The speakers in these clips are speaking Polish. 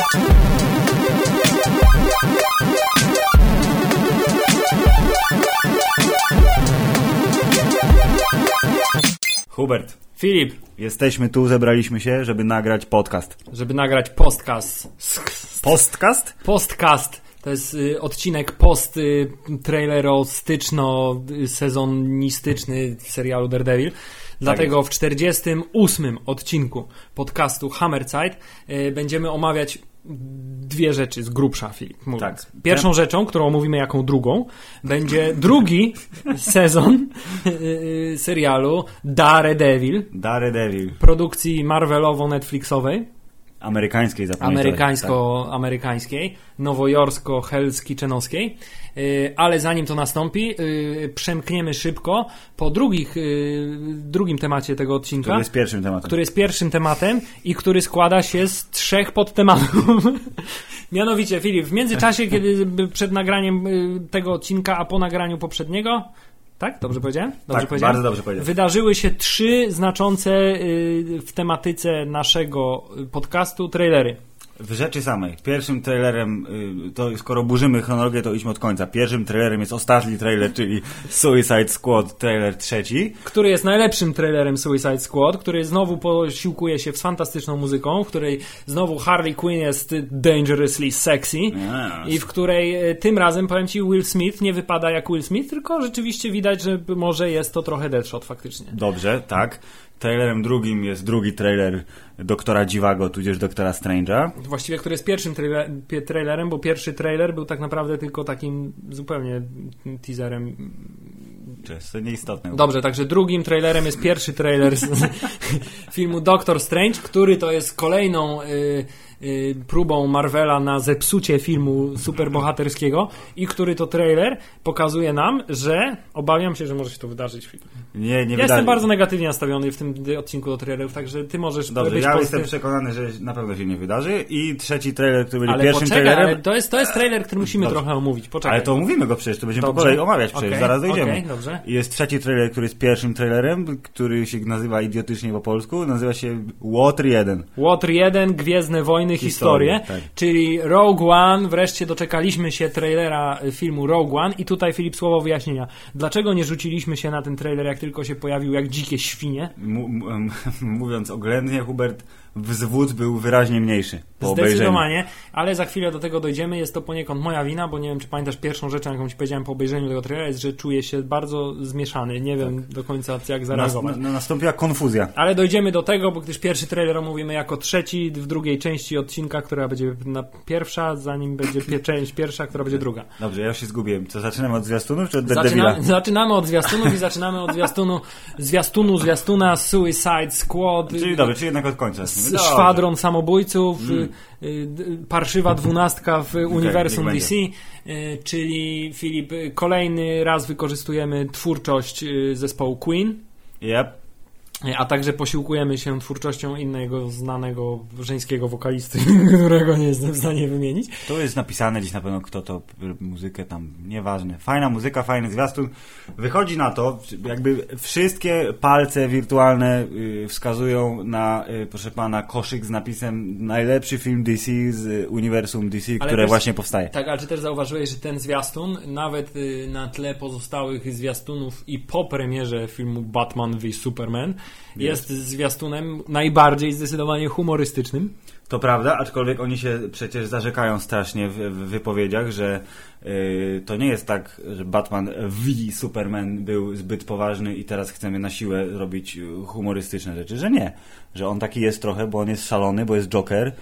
Hubert. Filip. Jesteśmy tu, zebraliśmy się, żeby nagrać podcast. Żeby nagrać podcast. Postcast? Postcast. To jest odcinek post-trailerostyczno-sezonistyczny serialu Daredevil. Dlatego w 48. odcinku podcastu Hammerzeit będziemy omawiać dwie rzeczy z grubsza, Filip. Tak. Pierwszą rzeczą, którą omówimy jaką drugą, będzie drugi sezon serialu Daredevil. Produkcji Marvelowo-Netflixowej. Amerykańskiej, amerykańskiej, nowojorsko-hell's kitchenowskiej. Ale zanim to nastąpi, przemkniemy szybko po drugim temacie tego odcinka. Który jest pierwszym tematem i który składa się z 3 podtematów. Mianowicie, Filip, w międzyczasie, kiedy przed nagraniem tego odcinka, a po nagraniu poprzedniego, tak? Dobrze powiedziałem? Bardzo dobrze powiedziałem. Wydarzyły się 3 znaczące w tematyce naszego podcastu trailery. W rzeczy samej. Pierwszym trailerem, to skoro burzymy chronologię, to idźmy od końca. Pierwszym trailerem jest ostatni trailer, czyli Suicide Squad, trailer 3. Który jest najlepszym trailerem Suicide Squad, który znowu posiłkuje się z fantastyczną muzyką, w której znowu Harley Quinn jest dangerously sexy i w której tym razem, powiem Ci, Will Smith nie wypada jak Will Smith, tylko rzeczywiście widać, że może jest to trochę Deadshot faktycznie. Dobrze, tak. Trailerem drugim jest drugi trailer Doktora Dziwago, tudzież Doktora Strange'a. Właściwie, który jest pierwszym trailerem, bo pierwszy trailer był tak naprawdę tylko takim zupełnie teaserem. To jest nieistotne. Dobrze, także drugim trailerem jest pierwszy trailer z filmu Doctor Strange, który to jest kolejną próbą Marvela na zepsucie filmu superbohaterskiego i który to trailer pokazuje nam, że obawiam się, że może się to wydarzyć. Nie wydarzy. Jestem bardzo negatywnie nastawiony w tym odcinku do trailerów, także ty możesz Dobrze, być jestem przekonany, że na pewno się nie wydarzy i trzeci trailer, który będzie pierwszym trailerem... Ale to jest trailer, który musimy trochę omówić. Poczekaj. Ale to omówimy go przecież, to będziemy po kolei omawiać przecież, zaraz dojdziemy. Dobrze. I jest trzeci trailer, który jest pierwszym trailerem, który się nazywa idiotycznie po polsku, nazywa się Łotr 1. Łotr 1, Gwiezdne Wojny, historie, tak. Czyli Rogue One, wreszcie doczekaliśmy się trailera filmu Rogue One i tutaj, Filip, słowo wyjaśnienia. Dlaczego nie rzuciliśmy się na ten trailer, jak tylko się pojawił, jak dzikie świnie? Mówiąc oględnie, Hubert, wzwód był wyraźnie mniejszy po Zdecydowanie, obejrzeniu. ale za chwilę do tego dojdziemy. Jest to poniekąd moja wina, bo nie wiem, czy pamiętasz, pierwszą rzeczą, jaką ci powiedziałem po obejrzeniu tego trailera, jest, że czuję się bardzo zmieszany. Nie wiem do końca, jak zareagować. Nastąpiła konfuzja. Ale dojdziemy do tego, bo gdyż pierwszy trailer omówimy jako trzeci w drugiej części odcinka, która będzie pierwsza, zanim będzie część pierwsza, która będzie druga. Dobrze, ja już się zgubiłem. Co, zaczynamy od zwiastunów, czy od Daredevila? Zaczynamy od zwiastunów i zaczynamy od zwiastuna Suicide Squad. Czyli dobrze, czyli jednak od końca. Szwadron samobójców, parszywa 12 w uniwersum DC, czyli, Filip, kolejny raz wykorzystujemy twórczość zespołu Queen. Yep. A także posiłkujemy się twórczością innego znanego żeńskiego wokalisty, którego nie jestem w stanie wymienić. To jest napisane gdzieś na pewno, kto to muzykę tam, nieważne. Fajna muzyka, fajny zwiastun. Wychodzi na to, jakby wszystkie palce wirtualne wskazują na, proszę pana, koszyk z napisem najlepszy film DC z uniwersum DC, które właśnie powstaje. Tak, ale czy też zauważyłeś, że ten zwiastun, nawet na tle pozostałych zwiastunów i po premierze filmu Batman v Superman, jest zwiastunem najbardziej zdecydowanie humorystycznym. To prawda, aczkolwiek oni się przecież zarzekają strasznie w wypowiedziach, że to nie jest tak, że Batman v Superman był zbyt poważny i teraz chcemy na siłę robić humorystyczne rzeczy, że nie. Że on taki jest trochę, bo on jest szalony, bo jest Joker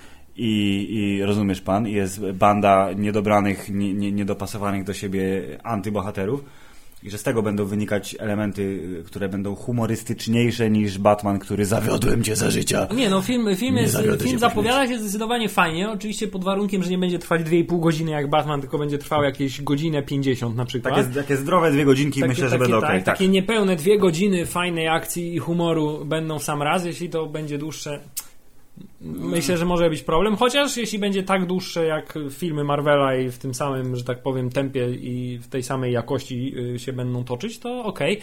i rozumiesz pan, jest banda niedobranych, niedopasowanych do siebie antybohaterów. I że z tego będą wynikać elementy, które będą humorystyczniejsze niż Batman, który zawiodłem cię za życia. Nie, no film zapowiada się zdecydowanie fajnie, oczywiście pod warunkiem, że nie będzie trwać 2,5 godziny jak Batman, tylko będzie trwał jakieś godzinę 50 na przykład. Takie zdrowe 2 godzinki, myślę, że będą okej. Takie niepełne 2 godziny fajnej akcji i humoru będą w sam raz, jeśli to będzie dłuższe... Myślę, że może być problem, chociaż jeśli będzie tak dłuższe jak filmy Marvela i w tym samym, że tak powiem, tempie i w tej samej jakości się będą toczyć, to okej.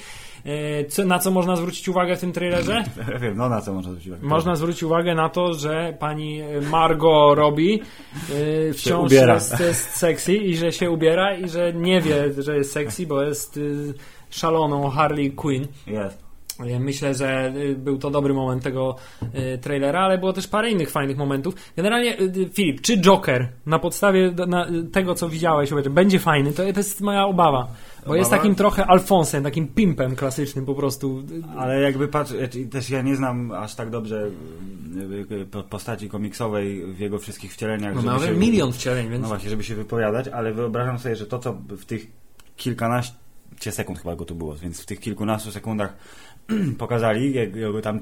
Na co można zwrócić uwagę w tym trailerze? Ja wiem, no na co można zwrócić uwagę? Można zwrócić uwagę na to, że pani Margot Robbie wciąż jest sexy i że się ubiera i że nie wie, że jest sexy, bo jest szaloną Harley Quinn. Jest. Myślę, że był to dobry moment tego trailera, ale było też parę innych fajnych momentów. Generalnie, Filip, czy Joker na podstawie tego, co widziałeś, będzie fajny, to jest moja obawa. Bo jest takim trochę Alfonsem, takim pimpem klasycznym po prostu. Ale jakby też ja nie znam aż tak dobrze postaci komiksowej w jego wszystkich wcieleniach. No mamy milion wcieleń, więc... No właśnie, żeby się wypowiadać, ale wyobrażam sobie, że to, co w tych kilkanaście sekund chyba go tu było, więc w tych kilkunastu sekundach pokazali jego tam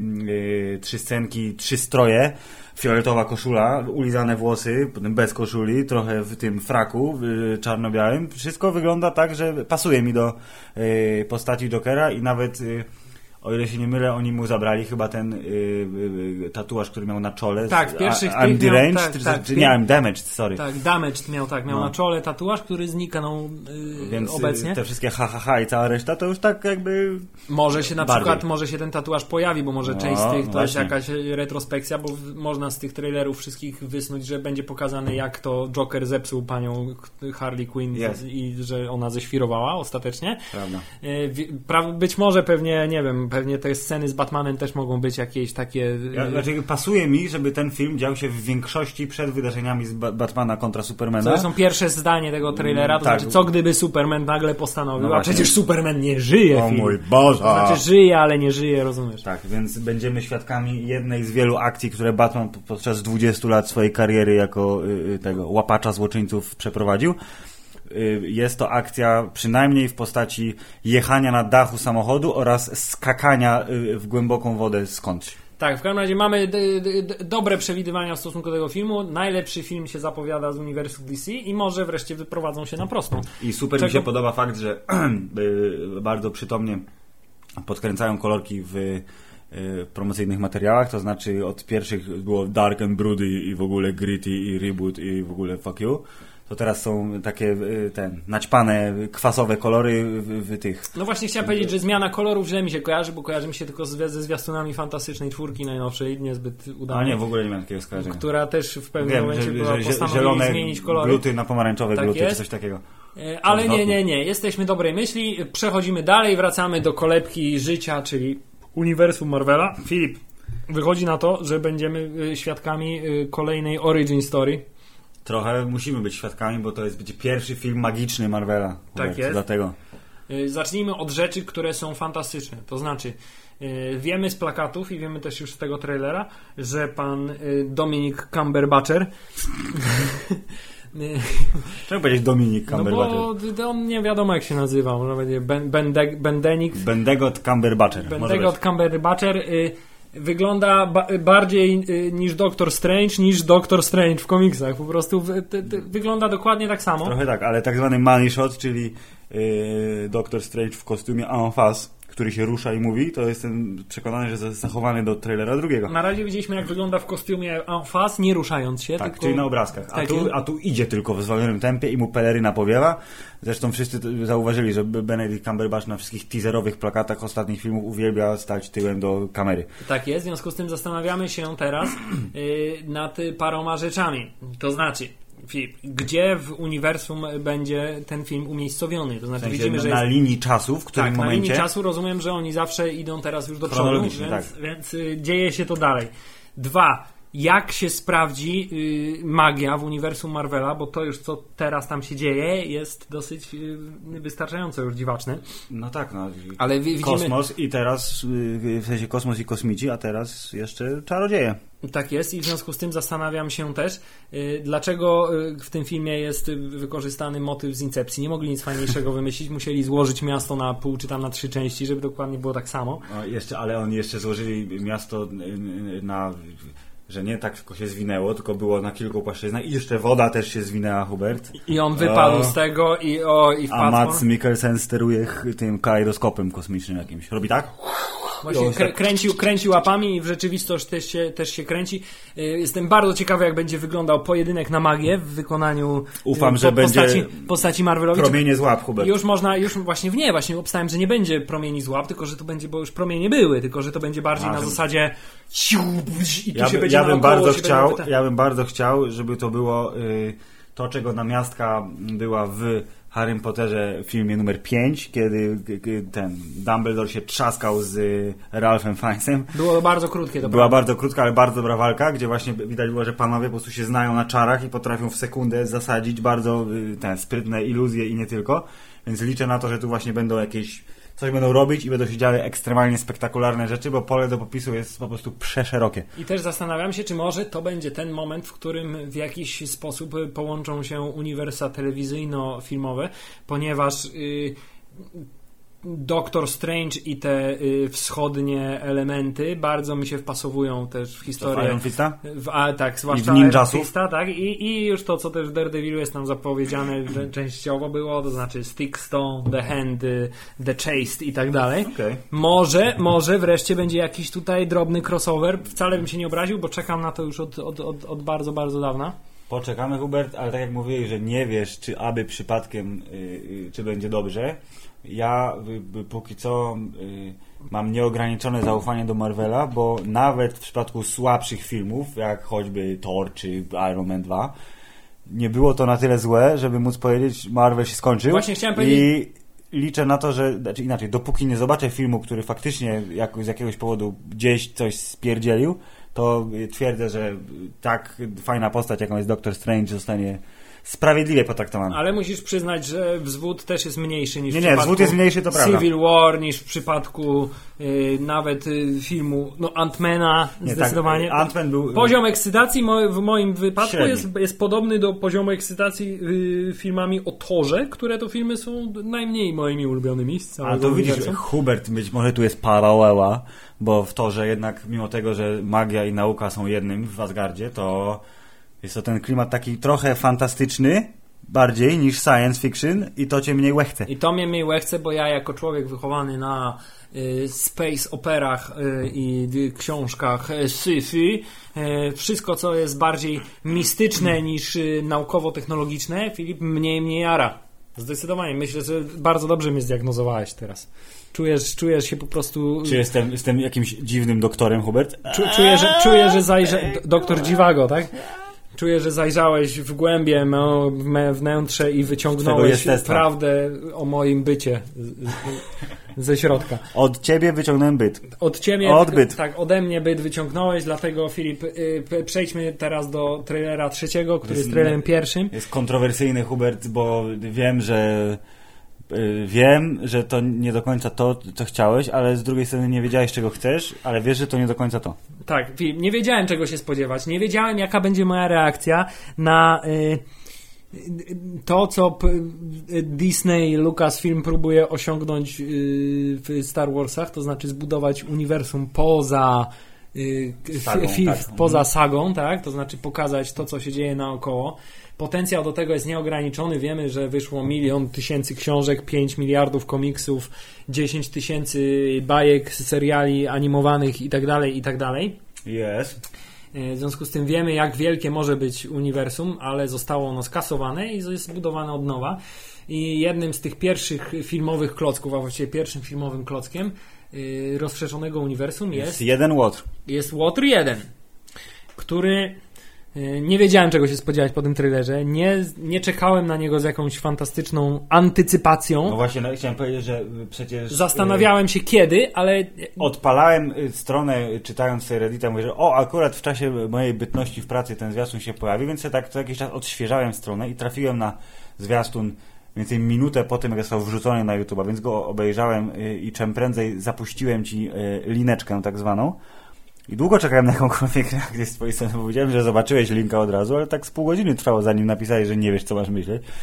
trzy scenki, 3 stroje, fioletowa koszula, ulizane włosy, potem bez koszuli, trochę w tym fraku czarno-białym. Wszystko wygląda tak, że pasuje mi do postaci Jokera i nawet o ile się nie mylę, oni mu zabrali chyba ten tatuaż, który miał na czole. Tak, w pierwszych I'm deranged, nie, I'm damaged, sorry. Tak, damaged miał na czole tatuaż, który zniknął więc obecnie. Te wszystkie i cała reszta to już tak jakby... Może się na przykład, może się ten tatuaż pojawi, bo może część z tych to właśnie. jest jakaś retrospekcja, bo można z tych trailerów wszystkich wysnuć, że będzie pokazane, jak to Joker zepsuł panią Harley Quinn i że ona ześwirowała ostatecznie. Prawda. Być może pewnie, nie wiem, pewnie te sceny z Batmanem też mogą być jakieś takie... Znaczy pasuje mi, żeby ten film dział się w większości przed wydarzeniami z Batmana kontra Supermana. Zresztą pierwsze zdanie tego trailera, to znaczy, co gdyby Superman nagle postanowił, a przecież Superman nie żyje. O mój Boże! To znaczy żyje, ale nie żyje, rozumiesz? Tak, więc będziemy świadkami jednej z wielu akcji, które Batman podczas 20 lat swojej kariery jako tego łapacza złoczyńców przeprowadził. Jest to akcja przynajmniej w postaci jechania na dachu samochodu oraz skakania w głęboką wodę skądś. Tak, w każdym razie mamy dobre przewidywania w stosunku do tego filmu. Najlepszy film się zapowiada z uniwersum DC i może wreszcie wyprowadzą się na prostą. I super mi się podoba fakt, że bardzo przytomnie podkręcają kolorki w promocyjnych materiałach, to znaczy od pierwszych było dark and broody i w ogóle gritty i reboot i w ogóle fuck you. To teraz są takie naćpane, kwasowe kolory w tych... No właśnie chciałem powiedzieć, że zmiana kolorów źle mi się kojarzy, bo kojarzy mi się tylko ze zwiastunami Fantastycznej Czwórki najnowszej, niezbyt udanej. A nie, w ogóle nie miałem takiego skojarzenia. Która też w pewnym momencie była zielone zmienić kolory. gluty na pomarańczowe tak gluty, jest. czy coś takiego. Ale nie. Jesteśmy dobrej myśli. Przechodzimy dalej, wracamy do kolebki życia, czyli uniwersum Marvela. Filip, wychodzi na to, że będziemy świadkami kolejnej origin story. Trochę musimy być świadkami, bo to będzie pierwszy film magiczny Marvela. Tak jest. Dlatego. Zacznijmy od rzeczy, które są fantastyczne. To znaczy, wiemy z plakatów i wiemy też już z tego trailera, że pan Dominic Cumberbatcher Czemu powiedzieć Dominic Cumberbatcher? No bo on nie wiadomo jak się nazywa. Może będzie Bendegot Cumberbatcher. Bendegot Cumberbatcher wygląda bardziej niż Doctor Strange, niż Doctor Strange w komiksach. Po prostu wygląda dokładnie tak samo. Trochę tak, ale tak zwany money shot, czyli Doctor Strange w kostiumie en face, który się rusza i mówi, to jestem przekonany, że jest zachowany do trailera drugiego. Na razie widzieliśmy, jak wygląda w kostiumie en face, nie ruszając się. Tak, tylko... czyli na obrazkach. Tak, a tu idzie tylko w zwolnionym tempie i mu peleryna powiewa. Zresztą wszyscy zauważyli, że Benedict Cumberbatch na wszystkich teaserowych plakatach ostatnich filmów uwielbia stać tyłem do kamery. Tak jest, w związku z tym zastanawiamy się teraz nad paroma rzeczami. To znaczy, Filip, gdzie w uniwersum będzie ten film umiejscowiony? To znaczy, w sensie widzimy, że na linii czasu, w którym momencie... na linii czasu rozumiem, że oni zawsze idą teraz już do przodu, więc dzieje się to dalej. 2. Jak się sprawdzi magia w uniwersum Marvela, bo to już co teraz tam się dzieje jest dosyć wystarczająco już dziwaczne. No tak, no. Ale widzimy... Kosmos i teraz, w sensie kosmos i kosmici, a teraz jeszcze czarodzieje. Tak jest i w związku z tym zastanawiam się też, dlaczego w tym filmie jest wykorzystany motyw z Incepcji. Nie mogli nic fajniejszego wymyślić, musieli złożyć miasto na pół czy tam na 3 części, żeby dokładnie było tak samo. No, ale oni jeszcze złożyli miasto na... że nie tak tylko się zwinęło, tylko było na kilku płaszczyznach i jeszcze woda też się zwinęła, Hubert. I on wypadł z tego i wpadł. A Mads Mikkelsen steruje tym kalejdoskopem kosmicznym jakimś. Robi tak? Właśnie kręcił łapami i w rzeczywistość też się kręci. Jestem bardzo ciekawy, jak będzie wyglądał pojedynek na magię w wykonaniu postaci Marvelowi. Promienie z łap, Hubert. Właśnie obstałem, że nie będzie promieni z łap, tylko że to będzie, bo już promienie były, tylko że to będzie bardziej na zasadzie i tu się będzie ja bym bardzo chciał, żeby to było to, czego namiastka była w Harrym Potterze w filmie numer 5, kiedy ten Dumbledore się trzaskał z Ralphem Fiennesem. Było bardzo krótkie. Była bardzo krótka, ale bardzo dobra walka, gdzie właśnie widać było, że panowie po prostu się znają na czarach i potrafią w sekundę zasadzić bardzo sprytne iluzje i nie tylko. Więc liczę na to, że tu właśnie będą coś będą robić i będą się działy ekstremalnie spektakularne rzeczy, bo pole do popisu jest po prostu przeszerokie. I też zastanawiam się, czy może to będzie ten moment, w którym w jakiś sposób połączą się uniwersa telewizyjno-filmowe, ponieważ Doctor Strange i te wschodnie elementy bardzo mi się wpasowują też w historię. Iron Fista? Tak, zwłaszcza Iron Fista, tak? I już to, co też w Daredevilu jest nam zapowiedziane częściowo było, to znaczy Stick, Stone, The Hand, The Chased i tak dalej. Okay. Może wreszcie będzie jakiś tutaj drobny crossover. Wcale bym się nie obraził, bo czekam na to już od bardzo, bardzo dawna. Poczekamy, Hubert, ale tak jak mówiłeś, że nie wiesz, czy aby przypadkiem, czy będzie dobrze. Ja póki co mam nieograniczone zaufanie do Marvela, bo nawet w przypadku słabszych filmów, jak choćby Thor czy Iron Man 2, nie było to na tyle złe, żeby móc powiedzieć, Marvel się skończył. Właśnie chciałem powiedzieć. I liczę na to, że, znaczy inaczej, dopóki nie zobaczę filmu, który faktycznie z jakiegoś powodu gdzieś coś spierdzielił, to twierdzę, że tak fajna postać, jaką jest Doctor Strange, zostanie sprawiedliwie potraktowany. Ale musisz przyznać, że wzwód też jest mniejszy niż w przypadku wzwód jest mniejszy, to prawda. Civil War, niż w przypadku nawet filmu Ant-Mana, zdecydowanie. Tak, Ant-Man był... Poziom ekscytacji w moim wypadku jest podobny do poziomu ekscytacji filmami o Thorze, które to filmy są najmniej moimi ulubionymi z całego uniwersum. Ale to widzisz, Hubert, być może tu jest paralela, bo w Thorze jednak, mimo tego, że magia i nauka są jednym w Asgardzie, to jest to ten klimat taki trochę fantastyczny, bardziej niż science fiction i to cię mniej łechce. I to mnie mniej łechce, bo ja jako człowiek wychowany na space operach i książkach sci-fi, wszystko co jest bardziej mistyczne niż naukowo-technologiczne, Filip, mnie jara. Zdecydowanie. Myślę, że bardzo dobrze mnie zdiagnozowałeś teraz. Czujesz się po prostu... Czy jestem jakimś dziwnym doktorem, Hubert? Czuję, że doktor Dziwago, tak? Czuję, że zajrzałeś w głębie wnętrze i wyciągnąłeś prawdę o moim bycie ze środka. Od ciebie wyciągnąłem byt. Byt. Tak, ode mnie byt wyciągnąłeś, dlatego Filip, przejdźmy teraz do trailera 3, który jest trailerem 1. Jest kontrowersyjny, Hubert, bo wiem, że to nie do końca to, co chciałeś, ale z drugiej strony nie wiedziałeś, czego chcesz, ale wiesz, że to nie do końca to. Tak, Filip, nie wiedziałem, czego się spodziewać. Nie wiedziałem, jaka będzie moja reakcja na to, co Disney, Lucasfilm próbuje osiągnąć w Star Warsach, to znaczy zbudować uniwersum poza sagą, tak? To znaczy pokazać to, co się dzieje naokoło. Potencjał do tego jest nieograniczony. Wiemy, że wyszło 1 000 000 książek, 5 miliardów komiksów, 10 000 bajek, seriali animowanych itd. Yes. W związku z tym wiemy, jak wielkie może być uniwersum, ale zostało ono skasowane i jest zbudowane od nowa. I jednym z tych pierwszych filmowych klocków, a właściwie pierwszym filmowym klockiem rozszerzonego uniwersum jest jeden Łotr. Jest Łotr 1, który... Nie wiedziałem, czego się spodziewać po tym trailerze. Nie czekałem na niego z jakąś fantastyczną antycypacją. No właśnie, chciałem powiedzieć, że przecież... Zastanawiałem się kiedy, ale... Odpalałem stronę, czytając sobie Reddita, mówię, że akurat w czasie mojej bytności w pracy ten zwiastun się pojawił, więc ja tak co jakiś czas odświeżałem stronę i trafiłem na zwiastun mniej więcej minutę po tym, jak został wrzucony na YouTube'a, więc go obejrzałem i czym prędzej zapuściłem ci lineczkę tak zwaną. I długo czekałem na jakąkolwiek reakcję z twojej strony, bo powiedziałem, że zobaczyłeś linka od razu, ale tak z pół godziny trwało, zanim napisałeś, że nie wiesz, co masz myśleć.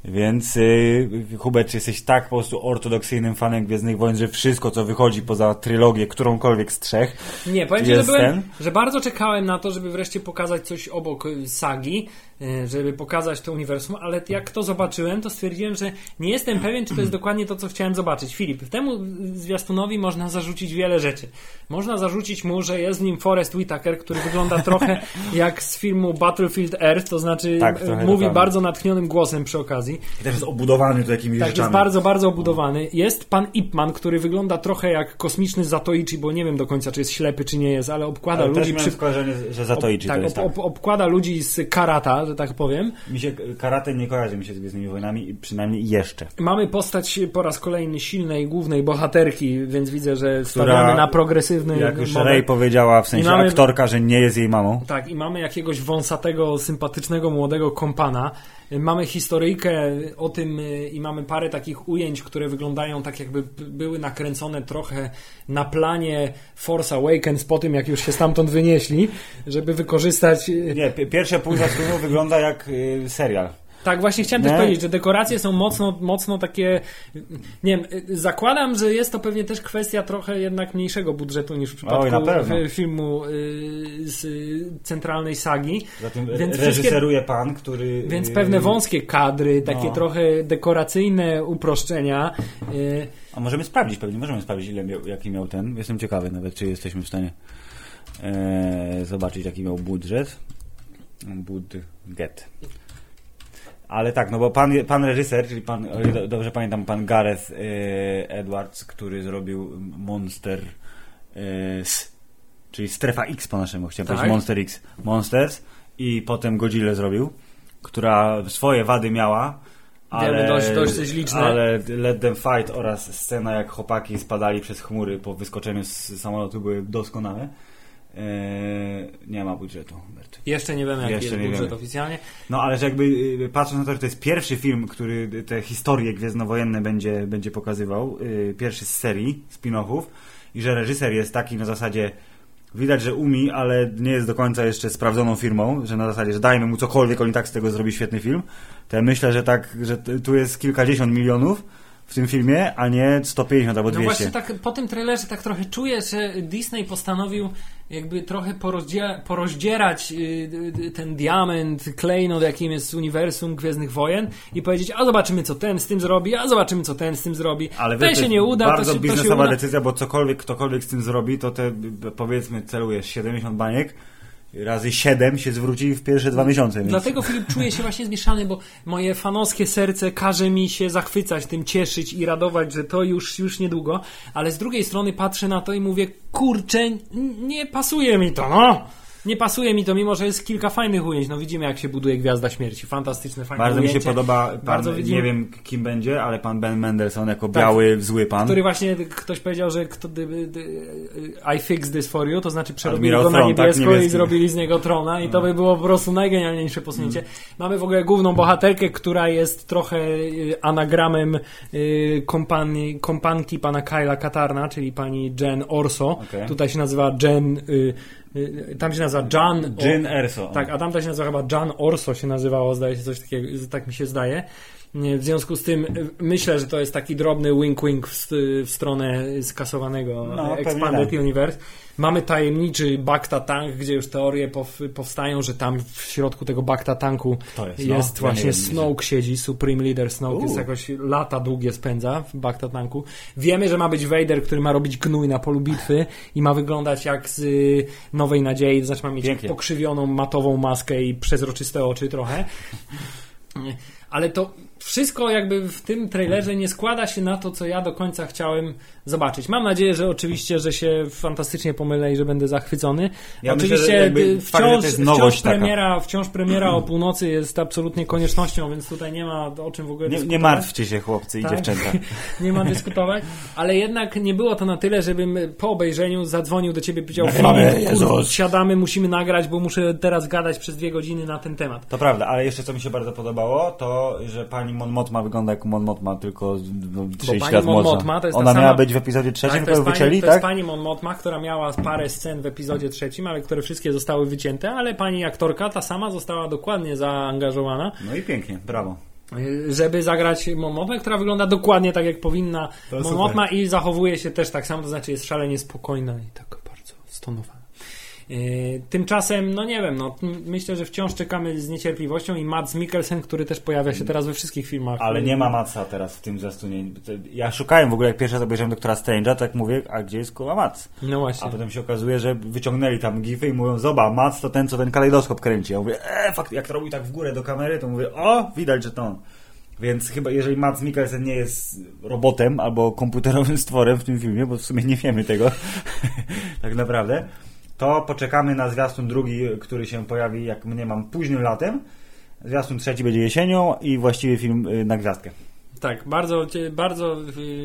Więc Hubert, czy jesteś tak po prostu ortodoksyjnym fanem Gwiezdnych Wojen, że wszystko, co wychodzi poza trylogię, którąkolwiek z 3... Nie, powiem ci, że bardzo czekałem na to, żeby wreszcie pokazać coś obok sagi, żeby pokazać to uniwersum, ale jak to zobaczyłem, to stwierdziłem, że nie jestem pewien, czy to jest dokładnie to, co chciałem zobaczyć. Filip, temu zwiastunowi można zarzucić wiele rzeczy. Można zarzucić mu, że jest w nim Forest Whitaker, który wygląda trochę jak z filmu Battlefield Earth, to znaczy mówi bardzo natchnionym głosem przy okazji. I też jest obudowany tu jakimiś rzeczami. Tak, jest bardzo, bardzo obudowany. Jest pan Ip Man, który wygląda trochę jak kosmiczny Zatoichi, bo nie wiem do końca, czy jest ślepy, czy nie jest, ale obkłada ludzi... Też skojarzenie, że Zatoichi to jest obkłada ludzi z karata, że tak powiem. Mi się karate nie kojarzy mi się z Gwiezdnymi Wojnami, przynajmniej jeszcze. Mamy postać po raz kolejny silnej, głównej bohaterki, więc widzę, że stawiamy na progresywny... Jak już Rey powiedziała, w sensie aktorka, że nie jest jej mamą. Tak, i mamy jakiegoś wąsatego, sympatycznego, młodego kompana. Mamy historyjkę o tym i mamy parę takich ujęć, które wyglądają tak, jakby były nakręcone trochę na planie Force Awakens po tym, jak już się stamtąd wynieśli, żeby wykorzystać... Nie, pierwsze pół filmu wygląda jak serial. Tak, właśnie chciałem też powiedzieć, że dekoracje są mocno takie, nie wiem, zakładam, że jest to pewnie też kwestia trochę jednak mniejszego budżetu niż w przypadku filmu z centralnej sagi. Zatem więc reżyseruje pan, który... Więc pewne wąskie kadry, takie trochę dekoracyjne uproszczenia. A możemy sprawdzić, jaki miał ten. Jestem ciekawy nawet, czy jesteśmy w stanie zobaczyć, jaki miał budżet. Budget. Ale tak, no bo pan reżyser, czyli pan, dobrze pamiętam, pan Gareth Edwards, który zrobił Monster, czyli Strefa X po naszemu, chciałem powiedzieć Monster X, Monsters, i potem Godzillę zrobił, która swoje wady miała, ale dość liczne. Ale Let Them Fight oraz scena, jak chłopaki spadali przez chmury po wyskoczeniu z samolotu, były doskonałe. Nie ma budżetu. Jeszcze nie wiemy, jaki jest budżet oficjalnie. No ale że jakby patrząc na to, że to jest pierwszy film, który te historie gwiezdnowojenne będzie pokazywał, pierwszy z serii spin-offów, i że reżyser jest taki na zasadzie, widać, że umie, ale nie jest do końca jeszcze sprawdzoną firmą, że na zasadzie, że dajmy mu cokolwiek, on i tak z tego zrobi świetny film, to ja myślę, że że tu jest kilkadziesiąt milionów w tym filmie, a nie 150 albo 200. No właśnie tak po tym trailerze tak trochę czuję, że Disney postanowił jakby trochę porozdzierać ten diament, klejnot, jakim jest uniwersum Gwiezdnych Wojen, i powiedzieć, a zobaczymy, co ten z tym zrobi, a zobaczymy, co ten z tym zrobi. Ale ten się nie uda, bardzo biznesowa decyzja, bo ktokolwiek z tym zrobi, to powiedzmy celujesz 70 baniek, razy 7 się zwróci w pierwsze 2 miesiące. Więc... Dlatego, Filip, czuję się właśnie zmieszany, bo moje fanowskie serce każe mi się zachwycać tym, cieszyć i radować, że to już niedługo, ale z drugiej strony patrzę na to i mówię, kurczę, nie pasuje mi to, no! Nie pasuje mi to, mimo że jest kilka fajnych ujęć. No widzimy, jak się buduje Gwiazda Śmierci. Fantastyczne, fajne bardzo ujęcie. Mi się podoba, nie wiem kim będzie, ale pan Ben Mendelsohn jako biały, zły pan. Który właśnie, ktoś powiedział, że I fixed this for you, to znaczy przerobili go na niebiesko i zrobili z niego trona i to by było po prostu najgenialniejsze posunięcie. Mamy w ogóle główną bohaterkę, która jest trochę anagramem kompanki pana Kyla Katarna, czyli pani Jen Orso. Okay. Tutaj się nazywa Jen... Tam się nazywa Jyn Erso. Tak, a tamta się nazywa chyba Jan Orso się nazywało, zdaje się coś takiego, tak mi się zdaje. W związku z tym myślę, że to jest taki drobny wink-wink w stronę skasowanego Expanded Universe. Mamy tajemniczy Bacta Tank, gdzie już teorie powstają, że tam w środku tego Bacta Tanku jest właśnie Snoke siedzi, Supreme Leader Snoke, jest jakoś lata długie spędza w Bacta Tanku. Wiemy, że ma być Vader, który ma robić gnój na polu bitwy i ma wyglądać jak z Nowej Nadziei, to znaczy ma mieć pokrzywioną matową maskę i przezroczyste oczy trochę. Ale to wszystko jakby w tym trailerze nie składa się na to, co ja do końca chciałem zobaczyć. Mam nadzieję, że oczywiście, że się fantastycznie pomylę i że będę zachwycony. Ja oczywiście myślę, wciąż premiera o północy jest absolutnie koniecznością, więc tutaj nie ma o czym w ogóle dyskutować. Nie martwcie się, chłopcy i dziewczęta. Nie ma dyskutować, ale jednak nie było to na tyle, żebym po obejrzeniu zadzwonił do ciebie i powiedział, siadamy, musimy nagrać, bo muszę teraz gadać przez 2 godziny na ten temat. To prawda, ale jeszcze co mi się bardzo podobało, to że pani Mon Mothma wygląda jak Mon Mothma, tylko 30 lat młodsza. Ona miała być w epizodzie 3, tylko wycięli, tak? To jest pani Mon Mothma, która miała parę scen w epizodzie 3, ale które wszystkie zostały wycięte, ale pani aktorka, ta sama, została dokładnie zaangażowana. No i pięknie, brawo. żeby zagrać Mon Mothmę, która wygląda dokładnie tak, jak powinna Mon Mothma i zachowuje się też tak samo, to znaczy jest szalenie spokojna i tak bardzo stonowana. Tymczasem, no nie wiem, myślę, że wciąż czekamy z niecierpliwością i Mads Mikkelsen, który też pojawia się teraz we wszystkich filmach. Ale nie ma Madsa teraz w tym zwiastunie. Ja szukałem w ogóle, jak pierwszy raz obejrzałem Doktora Strange'a, tak mówię, a gdzie jest kurwa Mads? No właśnie. A potem się okazuje, że wyciągnęli tam gify i mówią, zobacz, Mads to ten, co ten kalejdoskop kręci. Ja mówię, fakt, jak to robi tak w górę do kamery, to mówię, o, widać, że to on. Więc chyba, jeżeli Mads Mikkelsen nie jest robotem albo komputerowym stworem w tym filmie, bo w sumie nie wiemy tego tak naprawdę, to poczekamy na zwiastun drugi, który się pojawi, jak mniemam, późnym latem. Zwiastun trzeci będzie jesienią i właściwy film na gwiazdkę. Tak, bardzo, bardzo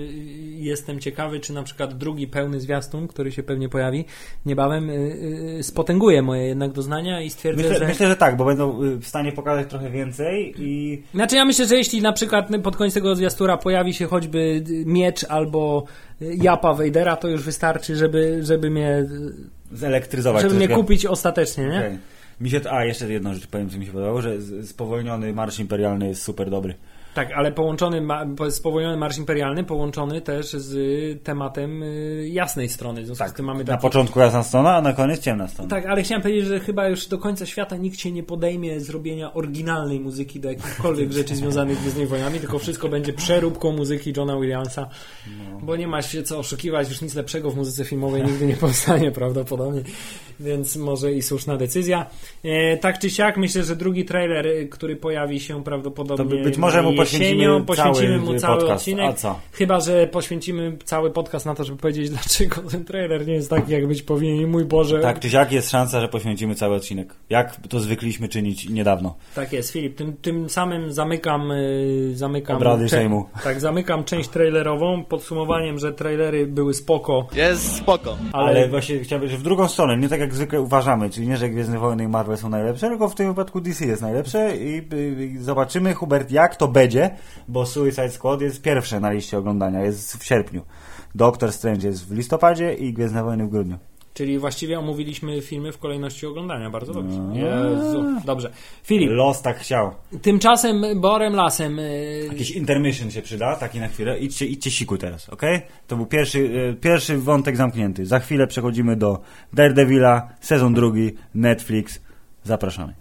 jestem ciekawy, czy na przykład drugi pełny zwiastun, który się pewnie pojawi niebawem, spotęguje moje jednak doznania i stwierdzę, że... Myślę, że tak, bo będą w stanie pokazać trochę więcej i... Znaczy ja myślę, że jeśli na przykład pod koniec tego zwiastura pojawi się choćby miecz albo japa Vadera, to już wystarczy, żeby mnie... zelektryzować. Żeby mnie kupić ostatecznie, nie? Okay. Mi się... jeszcze jedną rzecz powiem, co mi się podobało, że spowolniony Marsz Imperialny jest super dobry. Tak, ale spowolniony Marsz Imperialny połączony też z tematem jasnej strony. Tak, z tym mamy na początku jasna strona, a na koniec ciemna strona. Tak, ale chciałem powiedzieć, że chyba już do końca świata nikt się nie podejmie zrobienia oryginalnej muzyki do jakichkolwiek rzeczy związanych z Gwiezdnymi Wojnami, tylko wszystko będzie przeróbką muzyki Johna Williamsa, bo nie ma się co oszukiwać, już nic lepszego w muzyce filmowej nigdy nie powstanie prawdopodobnie, więc może i słuszna decyzja. Tak czy siak, myślę, że drugi trailer, który pojawi się prawdopodobnie to być może mu poświęcimy mu cały podcast. Odcinek. A co? Chyba, że poświęcimy cały podcast na to, żeby powiedzieć, dlaczego ten trailer nie jest taki, jak być powinien. Mój Boże. Tak czy siak jest szansa, że poświęcimy cały odcinek. Jak to zwykliśmy czynić niedawno. Tak jest, Filip. Tym samym zamykam obrady Sejmu. Tak, zamykam część trailerową podsumowaniem, że trailery były spoko. Jest spoko. Ale właśnie chciałbym, że w drugą stronę, nie tak jak zwykle uważamy, czyli nie, że Gwiezdne Wojny i Marvel są najlepsze, tylko w tym wypadku DC jest najlepsze i zobaczymy, Hubert, jak to będzie, bo Suicide Squad jest pierwsze na liście oglądania, jest w sierpniu. Doctor Strange jest w listopadzie i Gwiezdne Wojny w grudniu. Czyli właściwie omówiliśmy filmy w kolejności oglądania. Bardzo dobrze. Jezu. Dobrze. Filip. Los tak chciał. Tymczasem Borem Lasem. Jakiś intermission się przyda, taki na chwilę. Idźcie siku teraz, okej? To był pierwszy wątek zamknięty. Za chwilę przechodzimy do Daredevila, sezon drugi, Netflix. Zapraszamy.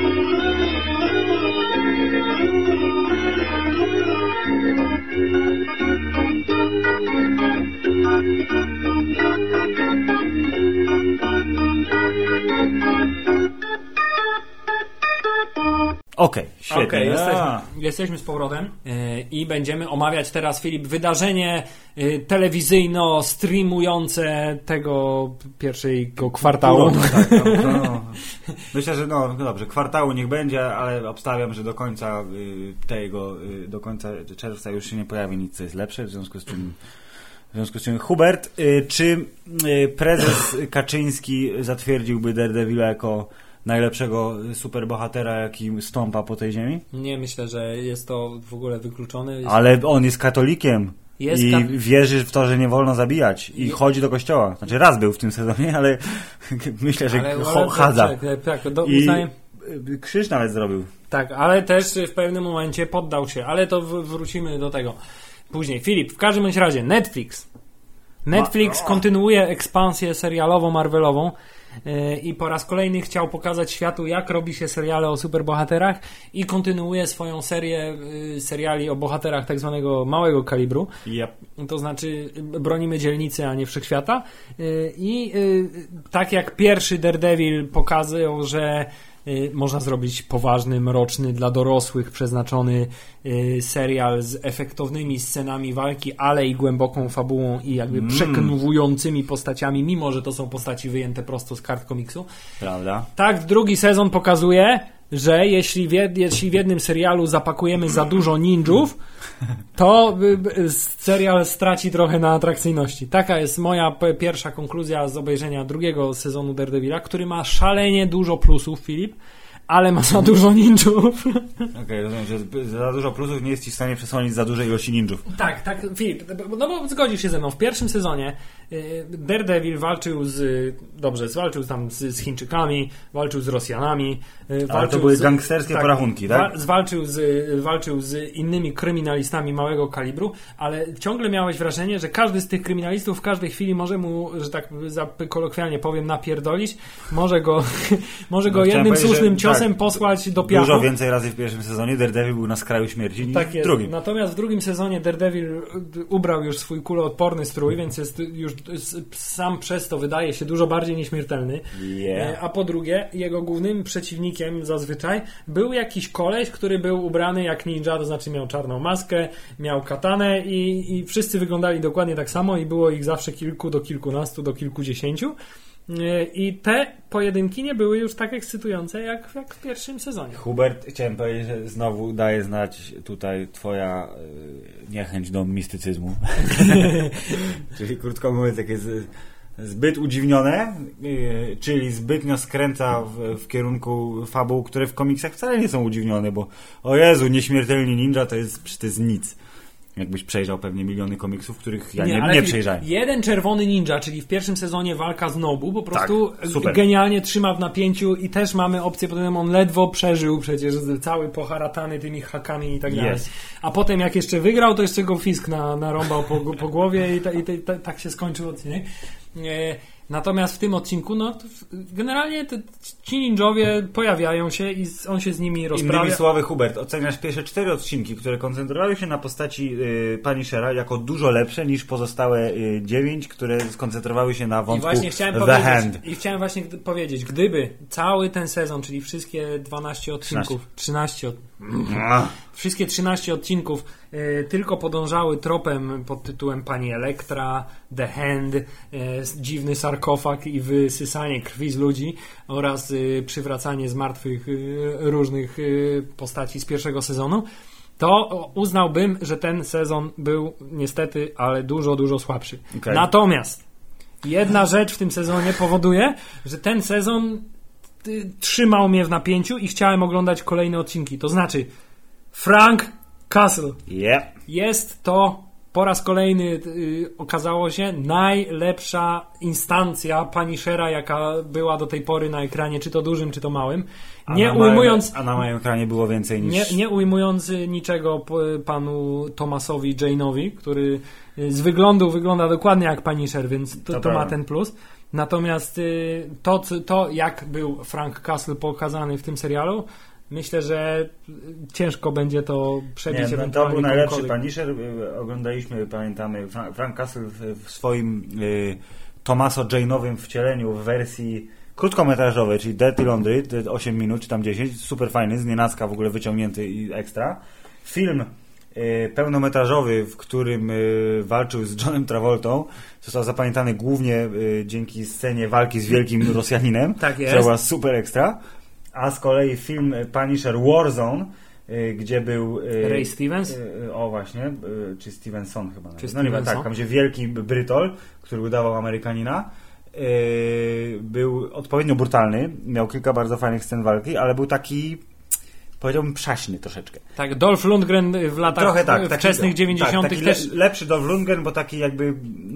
Okej, świetnie. Jesteśmy z powrotem i będziemy omawiać teraz, Filip, wydarzenie telewizyjno-streamujące tego pierwszego kwartału. Myślę, że dobrze, kwartału niech będzie, ale obstawiam, że do końca czerwca już się nie pojawi nic, co jest lepsze, w związku z czym Hubert, czy prezes Kaczyński zatwierdziłby Daredevila jako najlepszego superbohatera, jaki stąpa po tej ziemi? Nie, myślę, że jest to w ogóle wykluczone. Ale on jest katolikiem i wierzy w to, że nie wolno zabijać i chodzi do kościoła. Znaczy raz był w tym sezonie, ale myślę, że chadza. I krzyż nawet zrobił. Tak, ale też w pewnym momencie poddał się, ale to wrócimy do tego później. Filip, w każdym bądź razie Netflix kontynuuje ekspansję serialową, marvelową i po raz kolejny chciał pokazać światu, jak robi się seriale o superbohaterach i kontynuuje swoją serię seriali o bohaterach tak zwanego małego kalibru. Yep. To znaczy bronimy dzielnicy, a nie wszechświata. I tak jak pierwszy Daredevil pokazał, że można zrobić poważny, mroczny, dla dorosłych przeznaczony serial z efektownymi scenami walki, ale i głęboką fabułą i jakby przekonującymi postaciami, mimo że to są postaci wyjęte prosto z kart komiksu. Prawda? Tak, drugi sezon pokazuje, że jeśli w jednym serialu zapakujemy za dużo ninjów, to serial straci trochę na atrakcyjności. Taka jest moja pierwsza konkluzja z obejrzenia drugiego sezonu Daredevila, który ma szalenie dużo plusów, Filip, ale ma za dużo ninjów. Okej, rozumiem, że za dużo plusów nie jest ci w stanie przesłonić za dużej ilości ninjów. Tak, Filip, no bo zgodzisz się ze mną, w pierwszym sezonie Daredevil walczył z Chińczykami, walczył z Rosjanami. Ale to były gangsterskie porachunki, tak? Walczył z innymi kryminalistami małego kalibru, ale ciągle miałeś wrażenie, że każdy z tych kryminalistów w każdej chwili może mu, że tak kolokwialnie powiem, napierdolić, może go jednym słusznym ciosem posłać do piachu. Dużo więcej razy w pierwszym sezonie Daredevil był na skraju śmierci niż w drugim. Natomiast w drugim sezonie Daredevil ubrał już swój kuloodporny strój, więc jest już sam przez to wydaje się dużo bardziej nieśmiertelny. A po drugie, jego głównym przeciwnikiem zazwyczaj był jakiś koleś, który był ubrany jak ninja, to znaczy miał czarną maskę, miał katanę i wszyscy wyglądali dokładnie tak samo i było ich zawsze kilku do kilkunastu do kilkudziesięciu. I te pojedynki nie były już tak ekscytujące jak w pierwszym sezonie. Hubert, chciałem powiedzieć, że znowu daje znać tutaj twoja niechęć do mistycyzmu. Czyli krótko mówiąc, takie zbyt udziwnione, czyli zbytnio skręca w kierunku fabuł, które w komiksach wcale nie są udziwnione, bo o Jezu, nieśmiertelni ninja to jest nic. Jakbyś przejrzał pewnie miliony komiksów, których ja nie przejrzałem. Jeden czerwony ninja, czyli w pierwszym sezonie walka z Nobu, po prostu genialnie trzyma w napięciu i też mamy opcję, potem on ledwo przeżył przecież cały poharatany tymi hakami i tak dalej. A potem jak jeszcze wygrał, to jeszcze go Fisk narąbał po głowie i tak się skończył odcinek. Natomiast w tym odcinku, generalnie ci ninjowie pojawiają się i on się z nimi rozprawia. Innymi słowy, Hubert, oceniasz pierwsze 4 odcinki, które koncentrowały się na postaci Punishera jako dużo lepsze niż pozostałe 9, które skoncentrowały się na wątku The Hand. I chciałem właśnie powiedzieć, gdyby cały ten sezon, czyli wszystkie 12 odcinków, 13 wszystkie 13 odcinków tylko podążały tropem pod tytułem Pani Elektra, The Hand, dziwny sarkofag i wysysanie krwi z ludzi oraz przywracanie z martwych różnych postaci z pierwszego sezonu, to uznałbym, że ten sezon był niestety, ale dużo, dużo słabszy. Okay. Natomiast jedna rzecz w tym sezonie powoduje, że ten sezon trzymał mnie w napięciu i chciałem oglądać kolejne odcinki. To znaczy Frank Castle. Jest to po raz kolejny okazało się najlepsza instancja Punishera, jaka była do tej pory na ekranie, czy to dużym, czy to małym. A na moim ekranie było więcej niż... Nie ujmując niczego panu Thomasowi Jane'owi, który z wyglądu wygląda dokładnie jak Punisher, więc to ma ten plus. Natomiast to jak był Frank Castle pokazany w tym serialu, myślę, że ciężko będzie to przebić ewentualnie. To był najlepszy Punisher. Oglądaliśmy, pamiętamy, Frank Castle w swoim Thomaso Jane'owym wcieleniu w wersji krótkometrażowej, czyli Dirty Laundry, 8 minut, czy tam 10, super fajny, z nienacka w ogóle wyciągnięty i ekstra. Film pełnometrażowy, w którym walczył z Johnem Travoltą, został zapamiętany głównie dzięki scenie walki z wielkim Rosjaninem, która była super ekstra. A z kolei film Punisher Warzone, gdzie był Ray Stevens? Czy Stevenson chyba. Tak, tam gdzie wielki Brytol, który udawał Amerykanina, był odpowiednio brutalny, miał kilka bardzo fajnych scen walki, ale był taki, powiedziałbym, przaśny troszeczkę. Tak, Dolph Lundgren w latach wczesnych 90. Taki też lepszy Dolph Lundgren, bo taki jakby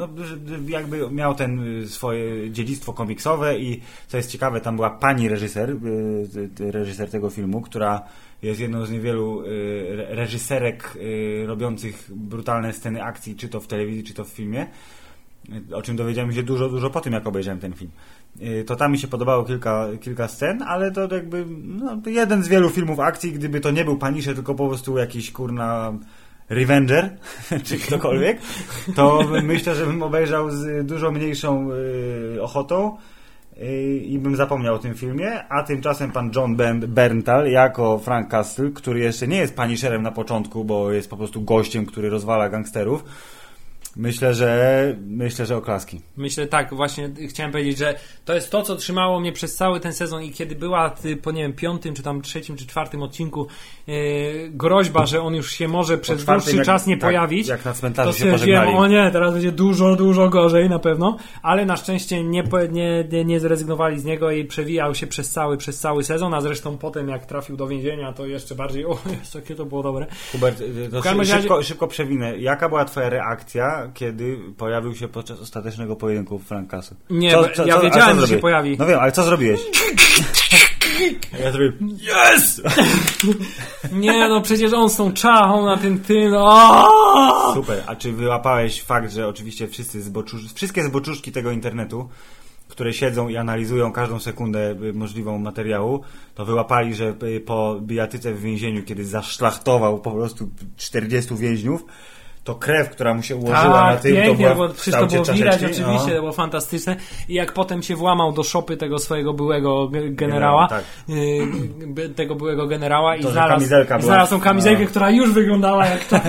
miał swoje dziedzictwo komiksowe i co jest ciekawe, tam była pani reżyser tego filmu, która jest jedną z niewielu reżyserek robiących brutalne sceny akcji, czy to w telewizji, czy to w filmie, o czym dowiedziałem się dużo po tym, jak obejrzałem ten film. To tam mi się podobało kilka scen, ale to jakby jeden z wielu filmów akcji, gdyby to nie był Punisher, tylko po prostu jakiś Revenger, czy ktokolwiek, to myślę, że bym obejrzał z dużo mniejszą ochotą i bym zapomniał o tym filmie, a tymczasem pan John Berntal jako Frank Castle, który jeszcze nie jest Punisherem na początku, bo jest po prostu gościem, który rozwala gangsterów, Myślę, że oklaski. Myślę tak, właśnie chciałem powiedzieć, że to jest to, co trzymało mnie przez cały ten sezon i kiedy była po, nie wiem, 5., czy tam 3., czy 4. odcinku groźba, że on już się może przez dłuższy czas nie pojawić. Jak na cmentarzu się pożegnali. O nie, teraz będzie dużo, dużo gorzej na pewno, ale na szczęście nie zrezygnowali z niego i przewijał się przez cały sezon, a zresztą potem jak trafił do więzienia, to jeszcze bardziej, jakie to było dobre. Hubert, szybko przewinę. Jaka była twoja reakcja, kiedy pojawił się podczas ostatecznego pojedynku Frank Castle? Nie, ja wiedziałem, że się pojawi. No wiem, ale co zrobiłeś? Ja zrobiłem yes! Nie, no przecież on z tą czachą na tym Super, a czy wyłapałeś fakt, że oczywiście wszystkie zboczuszki tego internetu, które siedzą i analizują każdą sekundę możliwą materiału, to wyłapali, że po bijatyce w więzieniu, kiedy zaszlachtował po prostu 40 więźniów, to krew, która mu się ułożyła na tym, to była w kształcie czaszeczki. Widać, oczywiście, to było fantastyczne. I jak potem się włamał do szopy tego swojego byłego generała, tego byłego generała i znalazł tą kamizelkę, która już wyglądała jak ta.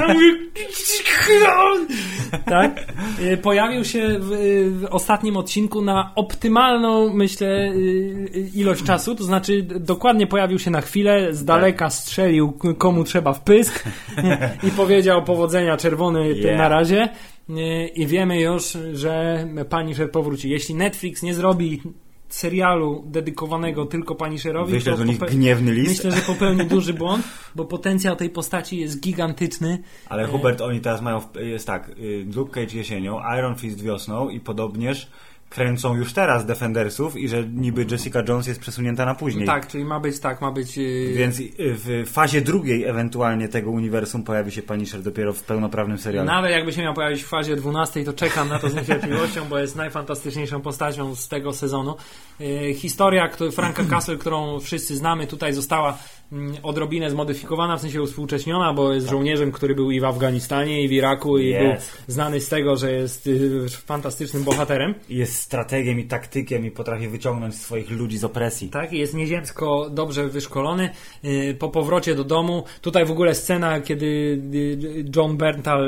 Tak? Pojawił się w ostatnim odcinku na optymalną, myślę, ilość czasu, to znaczy dokładnie pojawił się na chwilę, z daleka strzelił komu trzeba w pysk i powiedział powodzenia czerwony na razie i wiemy już, że Punisher powróci. Jeśli Netflix nie zrobi serialu dedykowanego tylko Punisherowi, wyślę do nich gniewny list. Myślę, że popełni duży błąd, bo potencjał tej postaci jest gigantyczny. Ale Hubert, oni teraz mają, jest tak, Luke Cage jesienią, Iron Fist wiosną i podobnież kręcą już teraz Defendersów i że niby Jessica Jones jest przesunięta na później. Tak, czyli ma być... Więc w fazie drugiej ewentualnie tego uniwersum pojawi się Punisher dopiero w pełnoprawnym serialu. Nawet jakby się miał pojawić w fazie 12, to czekam na to z niecierpliwością, bo jest najfantastyczniejszą postacią z tego sezonu. Historia Franka Castle, którą wszyscy znamy, tutaj została odrobinę zmodyfikowana, w sensie uwspółcześniona, bo jest żołnierzem, który był i w Afganistanie, i w Iraku, i był znany z tego, że jest fantastycznym bohaterem. Jest strategiem i taktykiem i potrafi wyciągnąć swoich ludzi z opresji. Tak, jest nieziemsko dobrze wyszkolony. Po powrocie do domu, tutaj w ogóle scena, kiedy John Bernthal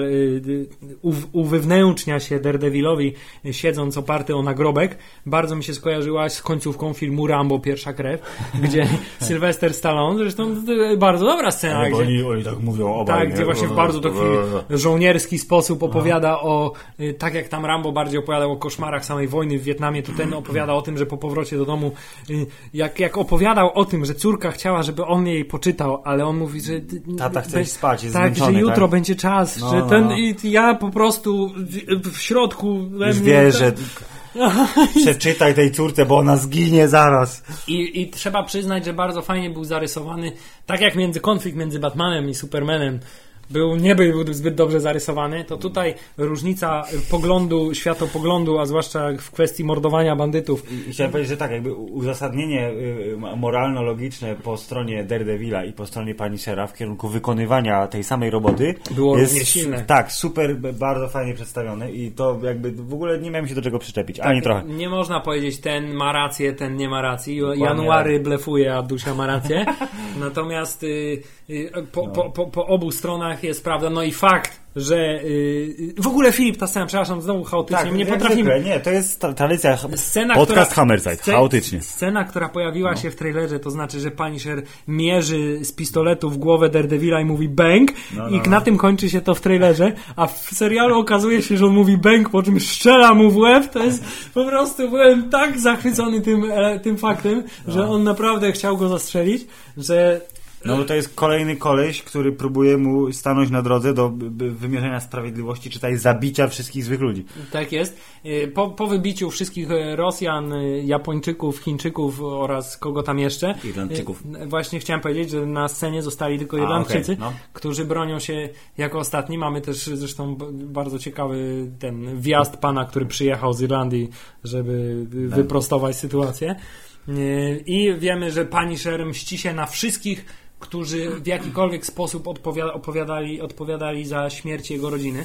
uwewnętrznia się Daredevilowi, siedząc oparty o nagrobek, bardzo mi się skojarzyła z końcówką filmu Rambo Pierwsza krew, gdzie Sylvester Stallone, zresztą bardzo dobra scena. Ale gdzie, oni tak mówią obaj. Tak, gdzie właśnie w bardzo taki żołnierski sposób opowiada o, tak jak tam Rambo bardziej opowiadał o koszmarach samej wojny w Wietnamie, to ten opowiada o tym, że po powrocie do domu, jak opowiadał o tym, że córka chciała, żeby on jej poczytał, ale on mówi, że tata chce spać, jest tak, zmęczony, że jutro tak? będzie czas, że i ja po prostu w środku już wiesz, że przeczytaj tej córce, bo ona zginie zaraz. I trzeba przyznać, że bardzo fajnie był zarysowany, tak jak konflikt między Batmanem i Supermanem nie był zbyt dobrze zarysowany, to tutaj różnica światopoglądu, a zwłaszcza w kwestii mordowania bandytów. I chciałem powiedzieć, że tak, jakby uzasadnienie moralno-logiczne po stronie Daredevila i po stronie Punishera w kierunku wykonywania tej samej roboty było jest równie silne. Tak, super, bardzo fajnie przedstawione i to jakby w ogóle nie miałem się do czego przyczepić, ani trochę. Nie można powiedzieć, ten ma rację, ten nie ma racji. January blefuje, a Dusia ma rację. Natomiast po obu stronach jest prawda. No i fakt, że w ogóle Filip, ta scena, przepraszam, znowu chaotycznie, tak, nie potrafimy. Nie, to jest tradycja. Scena, podcast Hammerside, chaotycznie. Scena, która pojawiła się w trailerze, to znaczy, że Punisher mierzy z pistoletu w głowę Daredevila i mówi bang i na tym kończy się to w trailerze, a w serialu okazuje się, że on mówi bang, po czym strzela mu w łeb. To jest po prostu, byłem tak zachwycony tym faktem, że on naprawdę chciał go zastrzelić, że no bo to jest kolejny koleś, który próbuje mu stanąć na drodze do wymierzenia sprawiedliwości, czy tutaj zabicia wszystkich złych ludzi. Tak jest. Po wybiciu wszystkich Rosjan, Japończyków, Chińczyków oraz kogo tam jeszcze. Irlandczyków. Właśnie chciałem powiedzieć, że na scenie zostali tylko Irlandczycy, którzy bronią się jako ostatni. Mamy też zresztą bardzo ciekawy ten wjazd pana, który przyjechał z Irlandii, żeby wyprostować sytuację. I wiemy, że Punisher mści się na wszystkich, którzy w jakikolwiek sposób odpowiadali za śmierć jego rodziny.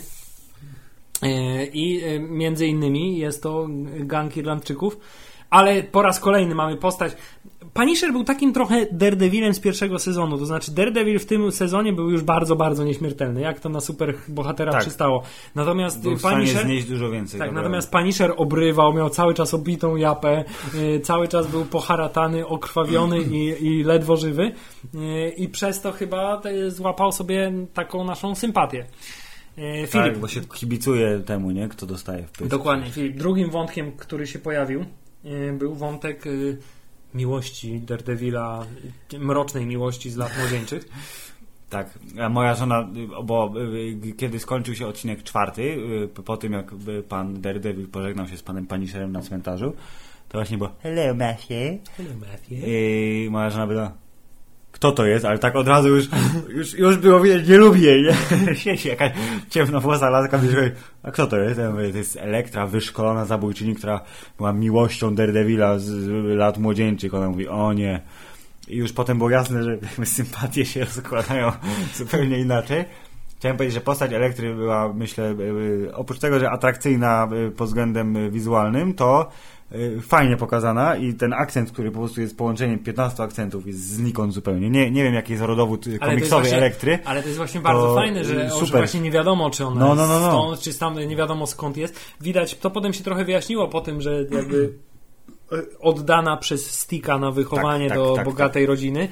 I między innymi jest to gang Irlandczyków. Ale po raz kolejny mamy postać. Punisher był takim trochę Daredevilem z pierwszego sezonu, to znaczy Daredevil w tym sezonie był już bardzo, bardzo nieśmiertelny, jak to na superbohatera przystało. Natomiast był w stanie znieść dużo więcej. Tak, natomiast Punisher obrywał, miał cały czas obitą japę, cały czas był poharatany, okrwawiony i ledwo żywy i przez to chyba złapał sobie taką naszą sympatię. Filip. Tak, bo się kibicuje temu, nie? Kto dostaje w pysk. Dokładnie, Filip. Drugim wątkiem, który się pojawił, był wątek miłości Daredevila, mrocznej miłości z lat młodzieńczych. Tak, a moja żona, bo kiedy skończył się odcinek 4, po tym jak pan Daredevil pożegnał się z panem Punisherem na cmentarzu, to właśnie było hello Matthew. Hello Matthew. I moja żona była, kto to jest? Ale tak od razu już było widać, nie lubię jej, nie? Siedzi jakaś ciemnowłosa laska, a kto to jest? Ja mówię, to jest Elektra, wyszkolona zabójczyni, która była miłością Daredevila z lat młodzieńczych. Ona mówi, o nie. I już potem było jasne, że sympatie się rozkładają zupełnie inaczej. Chciałem powiedzieć, że postać Elektry była, myślę, oprócz tego, że atrakcyjna pod względem wizualnym, to fajnie pokazana i ten akcent, który po prostu jest połączeniem 15 akcentów, jest znikąd zupełnie. Nie wiem, jaki jest rodowód komiksowej Elektry. Ale to jest właśnie bardzo fajne, że właśnie nie wiadomo, czy ona jest stąd, czy tam nie wiadomo skąd jest. Widać, to potem się trochę wyjaśniło po tym, że jakby oddana przez Sticka na wychowanie do bogatej rodziny.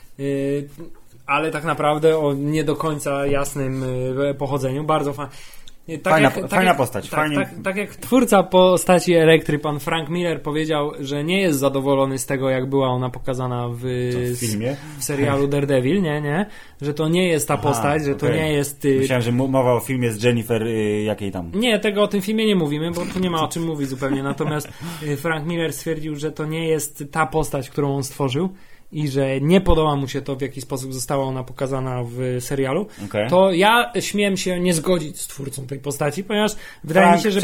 Ale tak naprawdę o nie do końca jasnym pochodzeniu. Bardzo fajna postać. Tak jak twórca postaci Elektry, pan Frank Miller, powiedział, że nie jest zadowolony z tego, jak była ona pokazana w filmie? W serialu Daredevil, nie? Że to nie jest ta postać, że to nie jest... Myślałem, że mowa o filmie z Jennifer jakiej tam. Nie, tego o tym filmie nie mówimy, bo tu nie ma o czym mówić zupełnie. Natomiast Frank Miller stwierdził, że to nie jest ta postać, którą on stworzył i że nie podoba mu się to, w jaki sposób została ona pokazana w serialu, to ja śmiem się nie zgodzić z twórcą tej postaci, ponieważ wydaje mi się,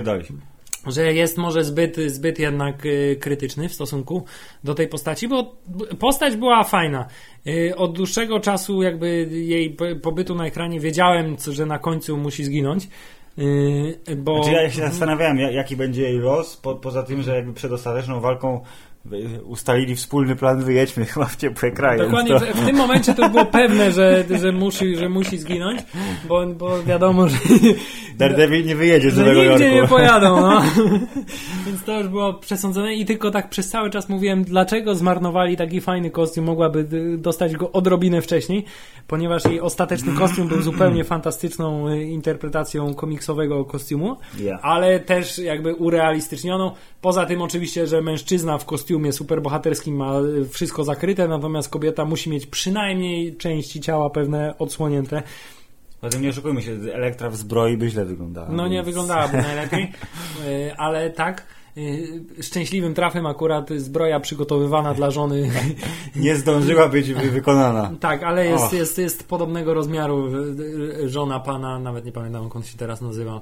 że jest może zbyt jednak krytyczny w stosunku do tej postaci, bo postać była fajna. Od dłuższego czasu jakby jej pobytu na ekranie wiedziałem, że na końcu musi zginąć. Bo... Znaczy ja się zastanawiałem, jaki będzie jej los, poza tym, że jakby przed ostateczną walką ustalili wspólny plan, wyjedźmy chyba w ciepłe kraje. Dokładnie, w tym momencie to było pewne, że musi zginąć, bo wiadomo, że Daredevil nie wyjedzie z Nowego Jorku. Nigdzie nie pojadą, no. Więc to już było przesądzone i tylko tak przez cały czas mówiłem, dlaczego zmarnowali taki fajny kostium, mogłaby dostać go odrobinę wcześniej, ponieważ jej ostateczny kostium był zupełnie fantastyczną interpretacją komiksowego kostiumu, ale też jakby urealistycznioną. Poza tym oczywiście, że mężczyzna w kostiumie superbohaterskim ma wszystko zakryte, natomiast kobieta musi mieć przynajmniej części ciała pewne odsłonięte. Potem nie oszukujmy się, Elektra w zbroi by źle wyglądała. No nie wyglądałaby najlepiej, ale tak. Szczęśliwym trafem akurat zbroja przygotowywana dla żony nie zdążyła być wykonana. Tak, ale jest podobnego rozmiaru żona pana, nawet nie pamiętam, jak on się teraz nazywa.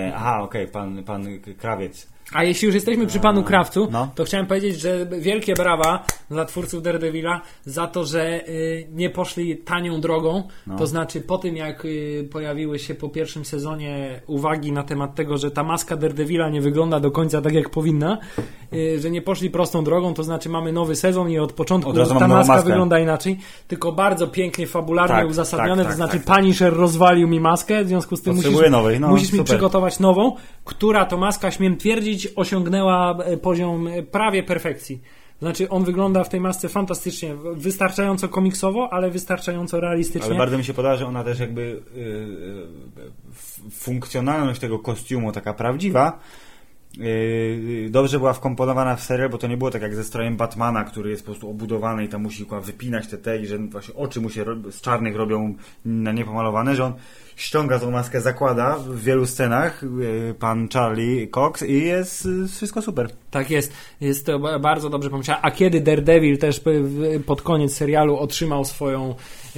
Pan Krawiec. A jeśli już jesteśmy przy panu Krawcu, to chciałem powiedzieć, że wielkie brawa dla twórców Daredevila za to, że nie poszli tanią drogą. To znaczy po tym, jak pojawiły się po pierwszym sezonie uwagi na temat tego, że ta maska Daredevila nie wygląda do końca tak, jak powinna, że nie poszli prostą drogą, to znaczy mamy nowy sezon i od początku ta maska wygląda inaczej, tylko bardzo pięknie, fabularnie uzasadnione, to znaczy Punisher rozwalił mi maskę, w związku z tym musisz mi przygotować nową, która to maska, śmiem twierdzić, osiągnęła poziom prawie perfekcji. Znaczy on wygląda w tej masce fantastycznie, wystarczająco komiksowo, ale wystarczająco realistycznie. Ale bardzo mi się podoba, że ona też jakby funkcjonalność tego kostiumu taka prawdziwa dobrze była wkomponowana w serial, bo to nie było tak jak ze strojem Batmana, który jest po prostu obudowany i tam musi wypinać te i że właśnie oczy mu się z czarnych robią na niepomalowane, że on ściąga tą maskę, zakłada w wielu scenach pan Charlie Cox i jest wszystko super. Tak jest. Jest to bardzo dobrze pomyślane. A kiedy Daredevil też pod koniec serialu otrzymał swoją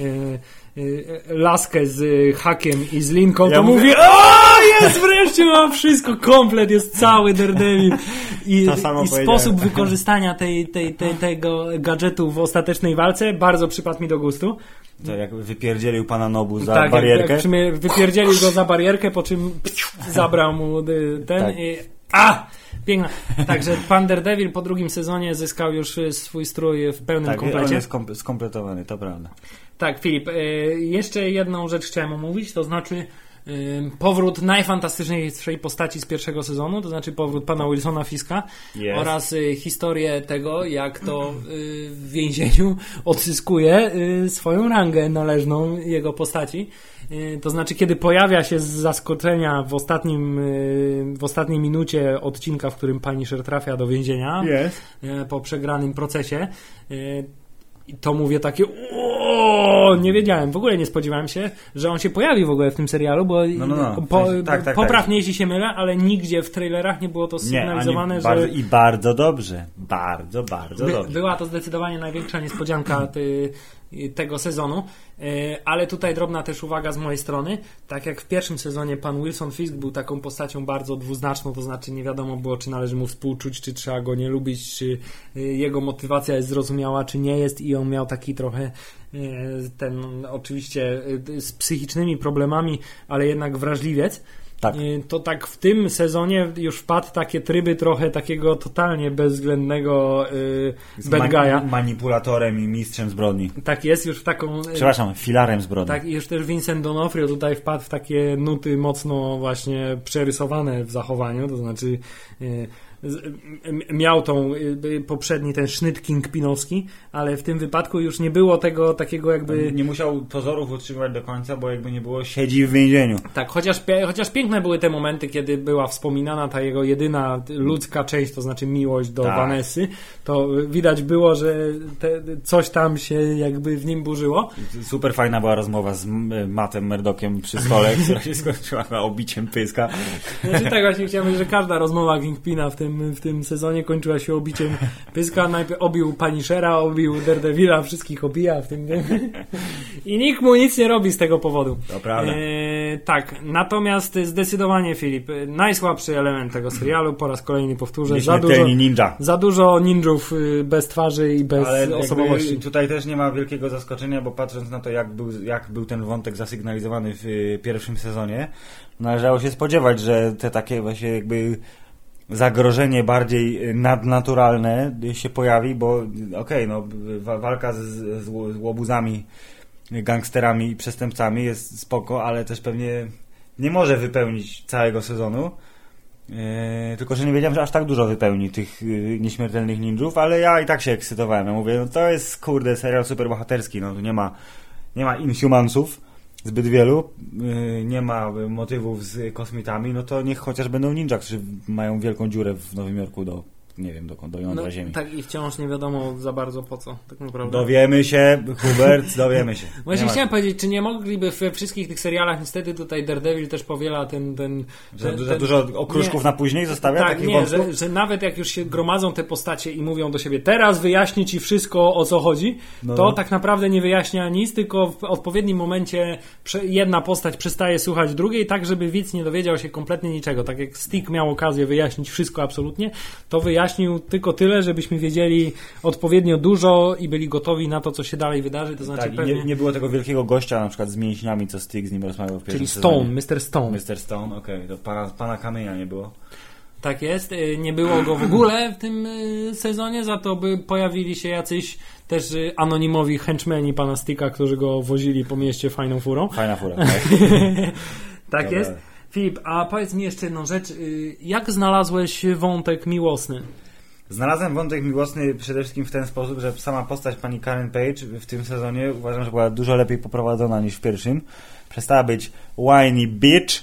laskę z hakiem i z linką, to mówię, jest, wreszcie mam wszystko, komplet, jest cały Daredevil. I sposób wykorzystania tego gadżetu w ostatecznej walce bardzo przypadł mi do gustu. To jak wypierdzielił pana Nobu za barierkę. Wypierdzielił go za barierkę, po czym zabrał mu ten. Piękna. Także pan Daredevil po drugim sezonie zyskał już swój strój w pełnym komplecie. On jest skompletowany, to prawda. Tak, Filip, jeszcze jedną rzecz chciałem omówić, to znaczy powrót najfantastyczniejszej postaci z pierwszego sezonu, to znaczy powrót pana Wilsona Fiska oraz historię tego, jak to w więzieniu odzyskuje swoją rangę należną jego postaci. To znaczy, kiedy pojawia się z zaskoczenia w ostatniej minucie odcinka, w którym Punisher trafia do więzienia po przegranym procesie, to mówię takie nie wiedziałem, w ogóle nie spodziewałem się, że on się pojawi w ogóle w tym serialu, bo popraw mnie, jeśli się mylę, ale nigdzie w trailerach nie było to sygnalizowane, że... I bardzo dobrze. Bardzo dobrze. Była to zdecydowanie największa niespodzianka tego sezonu, ale tutaj drobna też uwaga z mojej strony. Tak jak w pierwszym sezonie pan Wilson Fisk był taką postacią bardzo dwuznaczną, to znaczy nie wiadomo było, czy należy mu współczuć, czy trzeba go nie lubić, czy jego motywacja jest zrozumiała, czy nie jest, i on miał taki trochę oczywiście z psychicznymi problemami, ale jednak wrażliwiec. Tak. To tak w tym sezonie już wpadł takie tryby trochę takiego totalnie bezwzględnego bad guy'a. Manipulatorem i mistrzem zbrodni. Tak jest, już w taką... Przepraszam, filarem zbrodni. Tak, i już też Vincent D'Onofrio tutaj wpadł w takie nuty mocno właśnie przerysowane w zachowaniu, to znaczy miał poprzedni ten sznyt kingpinowski, ale w tym wypadku już nie było tego takiego jakby... Nie musiał pozorów utrzymywać do końca, bo jakby nie było, siedzi w więzieniu. Tak, chociaż piękne były te momenty, kiedy była wspominana ta jego jedyna ludzka część, to znaczy miłość do Vanessy, to widać było, że coś tam się jakby w nim burzyło. Super fajna była rozmowa z Mattem Murdockiem przy stole, która się skończyła obiciem pyska. Znaczy tak właśnie chciałem powiedzieć, że każda rozmowa Kingpina w tym sezonie kończyła się obiciem pyska. Najpierw obił Punishera, obił Daredevila, wszystkich obija w tym i nikt mu nic nie robi z tego powodu. To prawda. Tak, natomiast zdecydowanie, Filip, najsłabszy element tego serialu, po raz kolejny powtórzę, za dużo ninjów bez twarzy i bez osobowości. Tutaj też nie ma wielkiego zaskoczenia, bo patrząc na to, jak był ten wątek zasygnalizowany w pierwszym sezonie, należało się spodziewać, że te takie właśnie jakby zagrożenie bardziej nadnaturalne się pojawi, bo walka z łobuzami, gangsterami i przestępcami jest spoko, ale też pewnie nie może wypełnić całego sezonu. Tylko że nie wiedziałem, że aż tak dużo wypełni tych nieśmiertelnych ninjów, ale ja i tak się ekscytowałem. Ja mówię, to jest serial superbohaterski, tu nie ma Inhumansów zbyt wielu, nie ma motywów z kosmitami, to niech chociaż będą ninja, którzy mają wielką dziurę w Nowym Jorku do jądra ziemi. Tak, i wciąż nie wiadomo za bardzo po co, tak naprawdę. Dowiemy się, Hubert, dowiemy się. Właśnie chciałem powiedzieć, czy nie mogliby we wszystkich tych serialach, niestety tutaj Daredevil też powiela za dużo okruszków na później zostawia? Tak, że nawet jak już się gromadzą te postacie i mówią do siebie, teraz wyjaśnię ci wszystko, o co chodzi, to tak naprawdę nie wyjaśnia nic, tylko w odpowiednim momencie jedna postać przestaje słuchać drugiej, tak żeby widz nie dowiedział się kompletnie niczego. Tak jak Stick miał okazję wyjaśnić wszystko absolutnie, to wyjaśnił tylko tyle, żebyśmy wiedzieli odpowiednio dużo i byli gotowi na to, co się dalej wydarzy. To znaczy tak, pewnie... nie było tego wielkiego gościa na przykład z mięśniami, co Stick z nim rozmawiał w pierwszym sezonie. Mr. Stone. Mr. Stone, okej. To pana Kamienia nie było. Tak jest. Nie było go w ogóle w tym sezonie, za to by pojawili się jacyś też anonimowi henchmeni pana Sticka, którzy go wozili po mieście fajną furą. Fajna fura, tak. Tak jest. Filip, a powiedz mi jeszcze jedną rzecz. Jak znalazłeś wątek miłosny? Znalazłem wątek miłosny przede wszystkim w ten sposób, że sama postać pani Karen Page w tym sezonie uważam, że była dużo lepiej poprowadzona niż w pierwszym. Przestała być whiny bitch,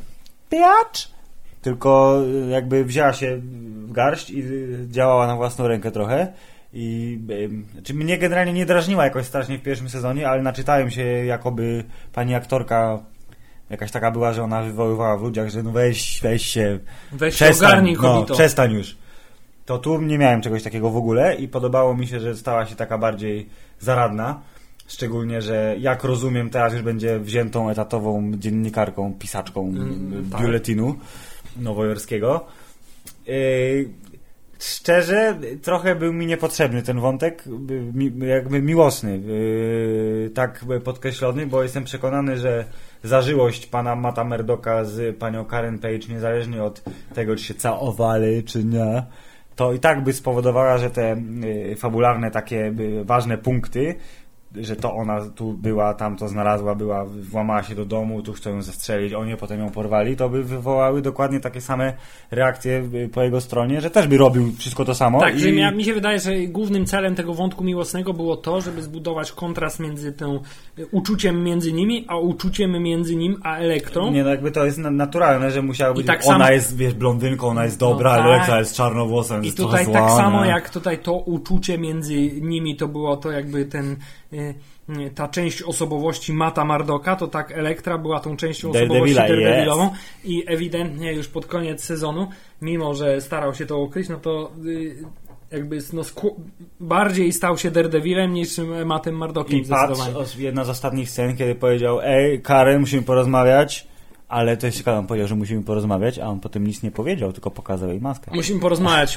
tylko jakby wzięła się w garść i działała na własną rękę trochę. Znaczy mnie generalnie nie drażniła jakoś strasznie w pierwszym sezonie, ale naczytałem się, jakoby pani aktorka jakaś taka była, że ona wywoływała w ludziach, że weź się ogarnij, kobito. Przestań już. To tu nie miałem czegoś takiego w ogóle i podobało mi się, że stała się taka bardziej zaradna. Szczególnie, że jak rozumiem, teraz już będzie wziętą etatową dziennikarką, pisaczką biuletynu nowojorskiego. Szczerze, trochę był mi niepotrzebny ten wątek, jakby miłosny, tak podkreślony, bo jestem przekonany, że zażyłość pana Matta Murdocka z panią Karen Page, niezależnie od tego, czy się całowali, czy nie, to i tak by spowodowała, że te fabularne takie ważne punkty, że to ona tu była, tam to znalazła, włamała się do domu, tu chcą ją zastrzelić, oni potem ją porwali, to by wywołały dokładnie takie same reakcje po jego stronie, że też by robił wszystko to samo. Tak, że mi się wydaje, że głównym celem tego wątku miłosnego było to, żeby zbudować kontrast między tym uczuciem między nimi, a uczuciem między nim a Elektrą. Nie, no jakby to jest naturalne, że musiało być, tak ona jest, wiesz, blondynką, ona jest dobra, no, Elektra jest czarnowłosem, jest trochę zła. I tutaj tak samo jak tutaj to uczucie między nimi, to było to jakby ta część osobowości Matta Murdocka, to tak Elektra była tą częścią osobowości Daredevilową i ewidentnie już pod koniec sezonu, mimo że starał się to ukryć, no to jakby bardziej stał się Daredevilem niż Mattem Murdockiem. I patrz, jedna z ostatnich scen, kiedy powiedział: ej, Karen, musimy porozmawiać. Ale to jest ciekawe, on powiedział, że musimy porozmawiać, a on potem nic nie powiedział, tylko pokazał jej maskę. Musimy porozmawiać.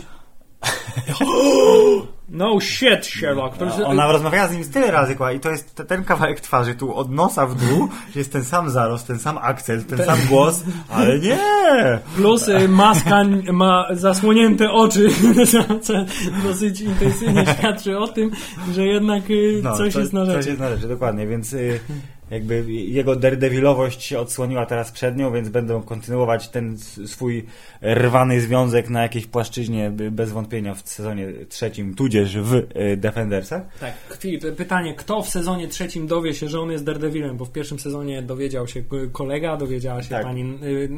No shit, Sherlock. Ona rozmawiała z nim tyle razy, i to jest ten kawałek twarzy tu od nosa w dół, jest ten sam zarost, ten sam akcent, ten sam głos, ale nie! Plus maska ma zasłonięte oczy, co dosyć intensywnie świadczy o tym, że jednak coś jest na rzeczy. Coś jest na rzeczy, dokładnie, więc jakby jego daredevilowość się odsłoniła teraz przed nią, więc będą kontynuować ten swój rwany związek na jakiejś płaszczyźnie bez wątpienia w sezonie 3, tudzież w Defendersach. Tak, pytanie, kto w sezonie 3 dowie się, że on jest Daredevilem, bo w pierwszym sezonie dowiedział się kolega, dowiedziała się pani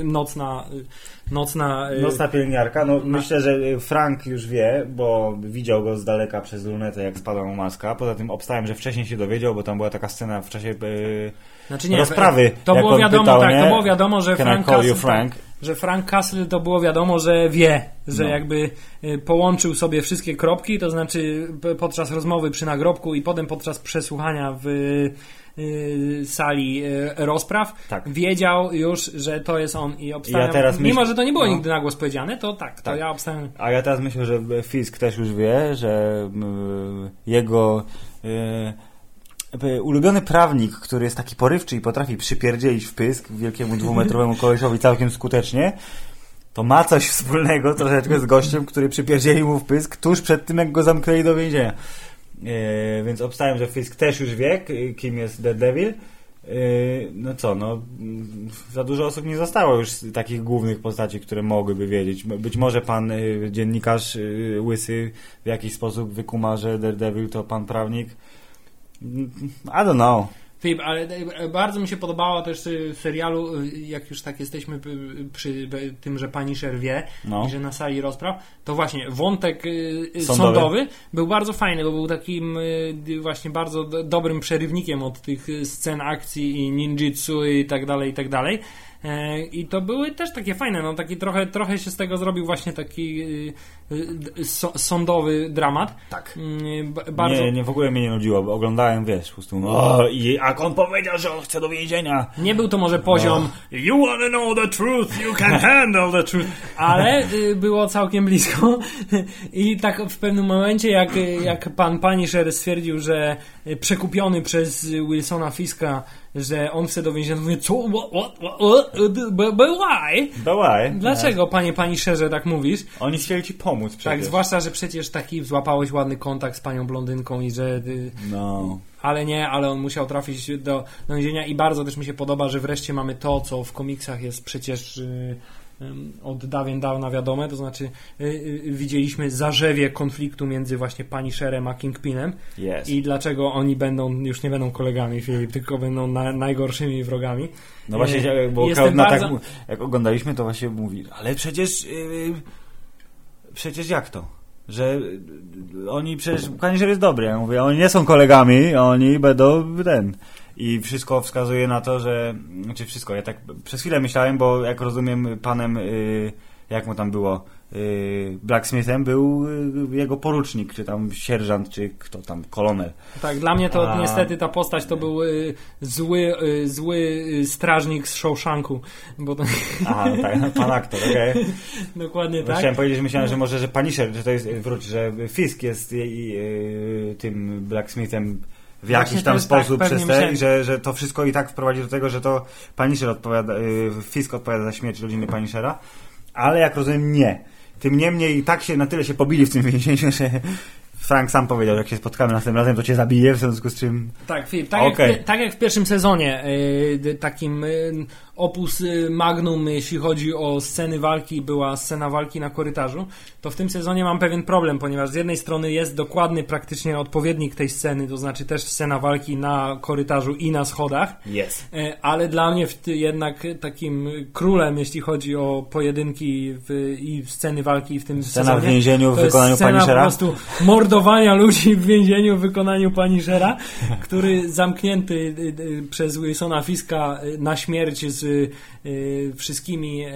nocna pielęgniarka. Myślę, że Frank już wie, bo widział go z daleka przez lunetę, jak spadła mu maska. Poza tym obstałem, że wcześniej się dowiedział, bo tam była taka scena w czasie rozprawy. To było wiadomo, pytał, to było wiadomo, że Frank Castle to było wiadomo, że wie, że jakby połączył sobie wszystkie kropki, to znaczy podczas rozmowy przy nagrobku i potem podczas przesłuchania w sali rozpraw, wiedział już, że to jest on i obstałem, mimo że to nie było nigdy na głos powiedziane, to to ja obstałem. A ja teraz myślę, że Fisk też już wie, że jego ulubiony prawnik, który jest taki porywczy i potrafi przypierdzielić w pysk wielkiemu 2-metrowemu kolesiowi całkiem skutecznie, to ma coś wspólnego troszeczkę z gościem, który przypierdzielił mu w pysk tuż przed tym, jak go zamknęli do więzienia. Więc obstałem, że Fisk też już wie, kim jest Daredevil. Za dużo osób nie zostało już takich głównych postaci, które mogłyby wiedzieć. Być może pan dziennikarz łysy w jakiś sposób wykuma, że Daredevil to pan prawnik. I don't know. Filip, ale bardzo mi się podobało też w serialu, jak już tak jesteśmy przy tym, że Punisher wie i że na sali rozpraw, to właśnie wątek sądowy był bardzo fajny, bo był takim właśnie bardzo dobrym przerywnikiem od tych scen akcji i ninjitsu i tak dalej. I to były też takie fajne, taki trochę się z tego zrobił właśnie taki sądowy dramat. Tak. Bardzo... Nie, w ogóle mnie nie nudziło, bo oglądałem, wiesz, po prostu i jak on powiedział, że on chce do więzienia. Nie był to może poziom you wanna know the truth, you can handle the truth, ale było całkiem blisko i tak w pewnym momencie jak pan Punisher stwierdził, że przekupiony przez Wilsona Fiska, że on chce do więzienia, mówię, co? But why? Dlaczego, panie Punisherze, tak mówisz? Oni chcieli ci pomóc przecież. Tak, zwłaszcza, że przecież taki złapałeś ładny kontakt z panią blondynką i że... Ale on musiał trafić do więzienia i bardzo też mi się podoba, że wreszcie mamy to, co w komiksach jest przecież od dawien dawna wiadome, to znaczy widzieliśmy zarzewie konfliktu między właśnie Punisherem a Kingpinem i dlaczego oni już nie będą kolegami, Filip, tylko będą najgorszymi wrogami. No właśnie, bo jak oglądaliśmy, to właśnie mówi, ale przecież jak to? Że oni przecież Punisher jest dobry, ja mówię, oni nie są kolegami, oni będą i wszystko wskazuje na to, że wszystko, ja tak przez chwilę myślałem, bo jak rozumiem panem jak mu tam było, Blacksmithem był jego porucznik, czy tam sierżant, czy kto tam, kolonel. Tak, dla mnie to niestety ta postać to był zły strażnik z Shawshanku. Bo to... Aha, no tak, pan aktor, okej. Okay. Dokładnie tak. Chciałem powiedzieć, że myślałem, że może, że Punisher, że to jest, że Fisk jest tym Blacksmithem w jakiś tam sposób tak, przez te, i że to wszystko i tak wprowadzi do tego, że to Punisher odpowiada, Fisk odpowiada za śmierć rodziny Punishera, ale jak rozumiem nie. Tym niemniej i tak się na tyle się pobili w tym więzieniu, że Frank sam powiedział, jak się spotkamy następnym razem, to cię zabiję, w związku z czym... Tak, Filip, tak jak w pierwszym sezonie, takim opus magnum, jeśli chodzi o sceny walki, była scena walki na korytarzu, to w tym sezonie mam pewien problem, ponieważ z jednej strony jest dokładny praktycznie odpowiednik tej sceny, to znaczy też scena walki na korytarzu i na schodach, yes. Ale dla mnie jednak takim królem, jeśli chodzi o pojedynki i sceny walki w tym sezonie... Scena w więzieniu w wykonaniu Punishera? Po prostu mordowania ludzi w więzieniu w wykonaniu Punishera, który zamknięty przez Wilsona Fiska na śmierć z wszystkimi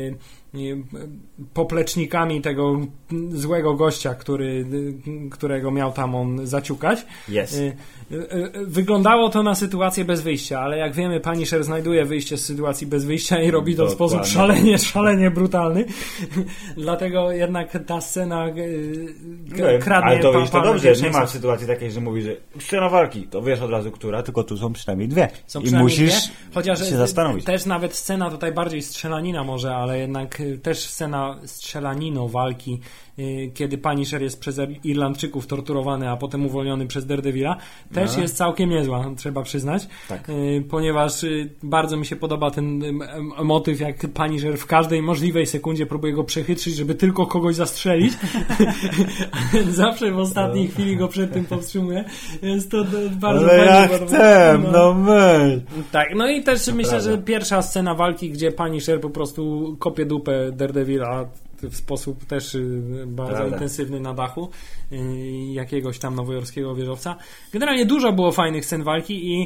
poplecznikami tego złego gościa, którego miał tam on zaciukać. Yes. Wyglądało to na sytuację bez wyjścia, ale jak wiemy, Punisher znajduje wyjście z sytuacji bez wyjścia i robi to w sposób szalenie brutalny. Dlatego jednak ta scena kradnie... Ale to wiesz, to dobrze, nie ma sytuacji takiej, że mówisz, że scena walki, to wiesz od razu, która, tylko tu są przynajmniej dwie. I musisz się zastanowić. Też nawet scena tutaj bardziej strzelanina może, ale jednak też scena strzelanino walki, kiedy Punisher jest przez Irlandczyków torturowany, a potem uwolniony przez Daredevila, też jest całkiem niezła, trzeba przyznać, tak. Ponieważ bardzo mi się podoba ten motyw, jak Punisher w każdej możliwej sekundzie próbuje go przechytrzyć, żeby tylko kogoś zastrzelić. Zawsze w ostatniej chwili go przed tym powstrzymuje. Jest to bardzo fajnie. Ale ja chcę, my. Tak, no i też myślę, że pierwsza scena walki, gdzie Punisher po prostu kopie dupę Daredevila w sposób też bardzo intensywny na dachu jakiegoś tam nowojorskiego wieżowca. Generalnie dużo było fajnych scen walki i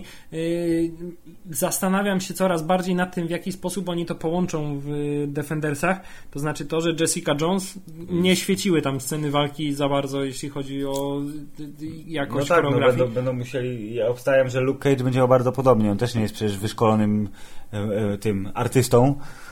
zastanawiam się coraz bardziej nad tym, w jaki sposób oni to połączą w Defendersach. To znaczy to, że Jessica Jones nie świeciły tam sceny walki za bardzo, jeśli chodzi o jakość choreografii. No będą musieli, ja obstawiam, że Luke Cage będzie miał bardzo podobnie. On też nie jest przecież wyszkolonym tym artystą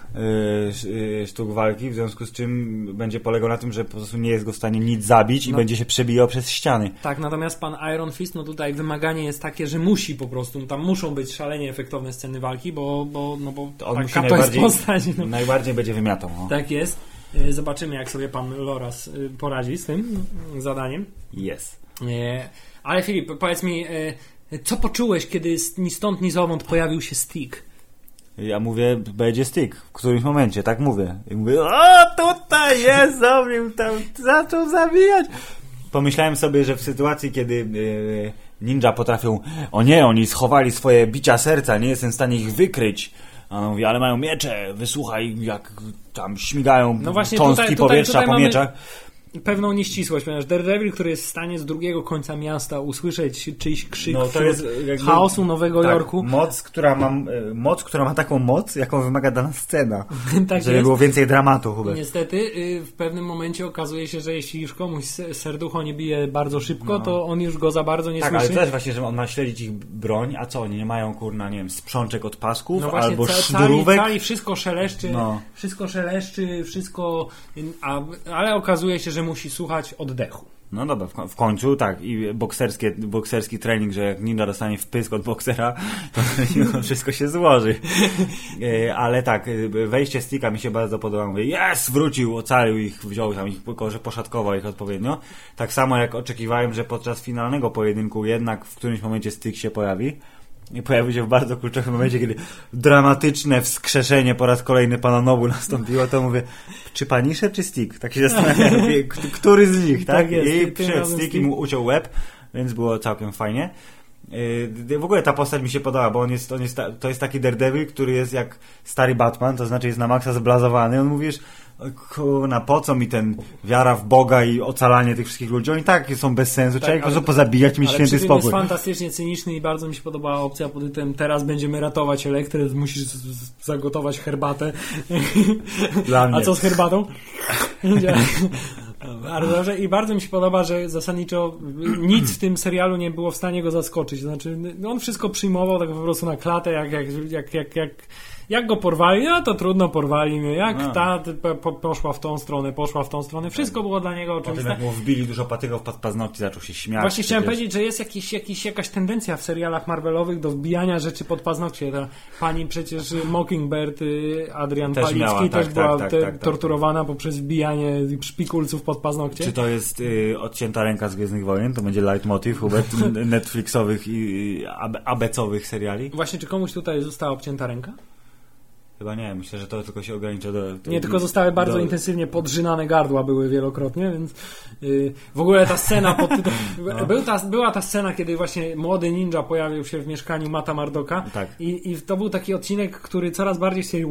sztuk walki, w związku z czym będzie polegał na tym, że po prostu nie jest go w stanie nic zabić i będzie się przebijał przez ściany. Tak, natomiast pan Iron Fist, no tutaj wymaganie jest takie, że musi po prostu, tam muszą być szalenie efektowne sceny walki, bo on musi najbardziej, jest postać. Najbardziej będzie wymiatał. No. Tak jest. Zobaczymy, jak sobie pan Loras poradzi z tym zadaniem. Jest. Ale Filip, powiedz mi, co poczułeś, kiedy ni stąd, ni zowąd pojawił się Stick? Ja mówię, będzie Stick w którymś momencie, tak mówię. I mówię, o, tutaj jest, tam zaczął zabijać. Pomyślałem sobie, że w sytuacji, kiedy ninja potrafią, o nie, oni schowali swoje bicia serca, nie jestem w stanie ich wykryć. A on mówi, ale mają miecze, wysłuchaj, jak tam śmigają cząstki powietrza po mieczach. Pewną nieścisłość, ponieważ Daredevil, który jest w stanie z drugiego końca miasta usłyszeć czyjś krzyk chaosu Nowego Jorku. Moc, która ma taką moc, jaką wymaga dana scena. Tak żeby było więcej dramatu, Hubert. Niestety w pewnym momencie okazuje się, że jeśli już komuś serducho nie bije bardzo szybko, to on już go za bardzo nie słyszy. Ale też właśnie, że on ma śledzić ich broń, a co, oni nie mają, kurna, nie wiem, sprzączek od pasków, albo sznurówek. Wszystko szeleszczy, ale okazuje się, że musi słuchać oddechu. No dobra, w końcu tak. I bokserski trening, że jak ninja dostanie wpysk od boksera, to wszystko się złoży. Ale tak, wejście Sticka mi się bardzo podoba. Mówię, wrócił, ocalił ich, wziął tam ich, że poszatkował ich odpowiednio. Tak samo jak oczekiwałem, że podczas finalnego pojedynku jednak w którymś momencie Stick się pojawi. I pojawił się w bardzo kluczowym momencie, kiedy dramatyczne wskrzeszenie po raz kolejny pana Nobu nastąpiło, to mówię, czy Punisher, czy Stick? Tak się zastanawiam, który z nich, tak? I przyszedł Stick i mu uciął łeb, więc było całkiem fajnie. W ogóle ta postać mi się podoba, bo to jest taki Daredevil, który jest jak stary Batman, to znaczy jest na maksa zblazowany. On mówisz, kurna, po co mi ten wiara w Boga i ocalanie tych wszystkich ludzi? Oni tak są bez sensu, trzeba ich po prostu pozabijać, mieć święty spokój. jest fantastycznie cyniczny i bardzo mi się podobała opcja pod tytułem teraz będziemy ratować Elektrę, musisz zagotować herbatę. Dla mnie. A co z herbatą? Bardzo dobrze. I bardzo mi się podoba, że zasadniczo nic w tym serialu nie było w stanie go zaskoczyć. Znaczy, on wszystko przyjmował tak po prostu na klatę, jak go porwali, no to trudno, porwali mnie. Jak ta poszła w tą stronę, wszystko było dla niego oczywiste. Potem jak mu wbili dużo patyków pod paznokcie, zaczął się śmiać. Właśnie chciałem powiedzieć, że jest jakaś tendencja w serialach Marvelowych do wbijania rzeczy pod paznokcie. Ta pani przecież Mockingbird, Adrian Palicki też była torturowana poprzez wbijanie szpikulców pod paznokcie. Czy to jest odcięta ręka z Gwiezdnych Wojen? To będzie leitmotiv Netflixowych i abecowych seriali? Właśnie, czy komuś tutaj została obcięta ręka? Chyba nie, myślę, że to tylko się ogranicza do... Nie, tylko zostały bardzo intensywnie podrzynane gardła były wielokrotnie, więc w ogóle ta scena była ta scena, kiedy właśnie młody ninja pojawił się w mieszkaniu Matta Murdocka i to był taki odcinek, który coraz bardziej się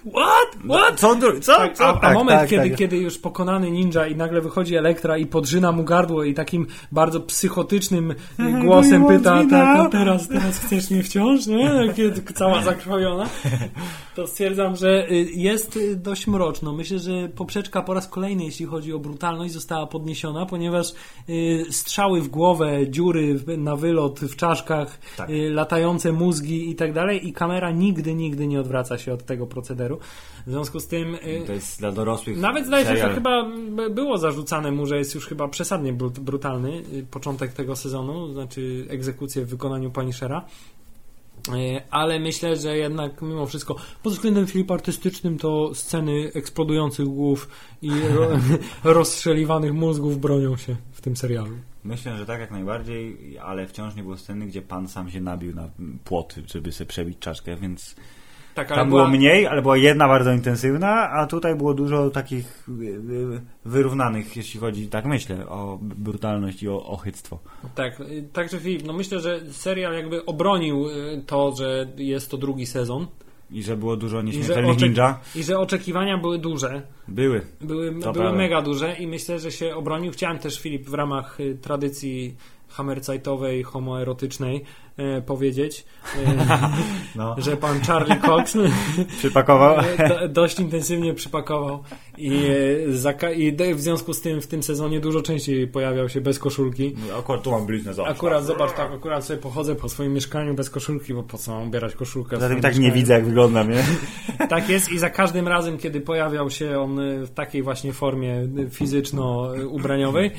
kiedy już pokonany ninja i nagle wychodzi Elektra i podrzyna mu gardło i takim bardzo psychotycznym głosem pyta, teraz chcesz mnie wciąż, nie? Cała zakrwawiona. To stwierdzam, że jest dość mroczno. Myślę, że poprzeczka po raz kolejny, jeśli chodzi o brutalność, została podniesiona, ponieważ strzały w głowę, dziury na wylot w czaszkach, latające mózgi i tak dalej i kamera nigdy nie odwraca się od tego procederu. W związku z tym... To jest dla dorosłych. Nawet zdaje się, że chyba było zarzucane mu, że jest już chyba przesadnie brutalny początek tego sezonu, znaczy egzekucję w wykonaniu Punishera. Ale myślę, że jednak mimo wszystko pod względem Filipa artystycznym to sceny eksplodujących głów i rozstrzeliwanych mózgów bronią się w tym serialu. Myślę, że tak jak najbardziej, ale wciąż nie było sceny, gdzie pan sam się nabił na płot, żeby sobie przebić czaszkę, więc tam było mniej, ale była jedna bardzo intensywna, a tutaj było dużo takich wyrównanych, jeśli chodzi, tak myślę, o brutalność i o ochyctwo. Tak, także Filip, no myślę, że serial jakby obronił to, że jest to drugi sezon. I że było dużo nieśmiertelnych ninja. I że oczekiwania były duże. Były mega duże i myślę, że się obronił. Chciałem też, Filip, w ramach tradycji hammerzeitowej, homoerotycznej powiedzieć, że pan Charlie Cox przypakował. Dość intensywnie przypakował i w związku z tym w tym sezonie dużo częściej pojawiał się bez koszulki. Akurat tu mam bliznę. Akurat sobie pochodzę po swoim mieszkaniu bez koszulki, bo po co mam ubierać koszulkę? Zatem tak nie widzę, jak wyglądam, nie? Tak jest i za każdym razem, kiedy pojawiał się on w takiej właśnie formie fizyczno-ubraniowej,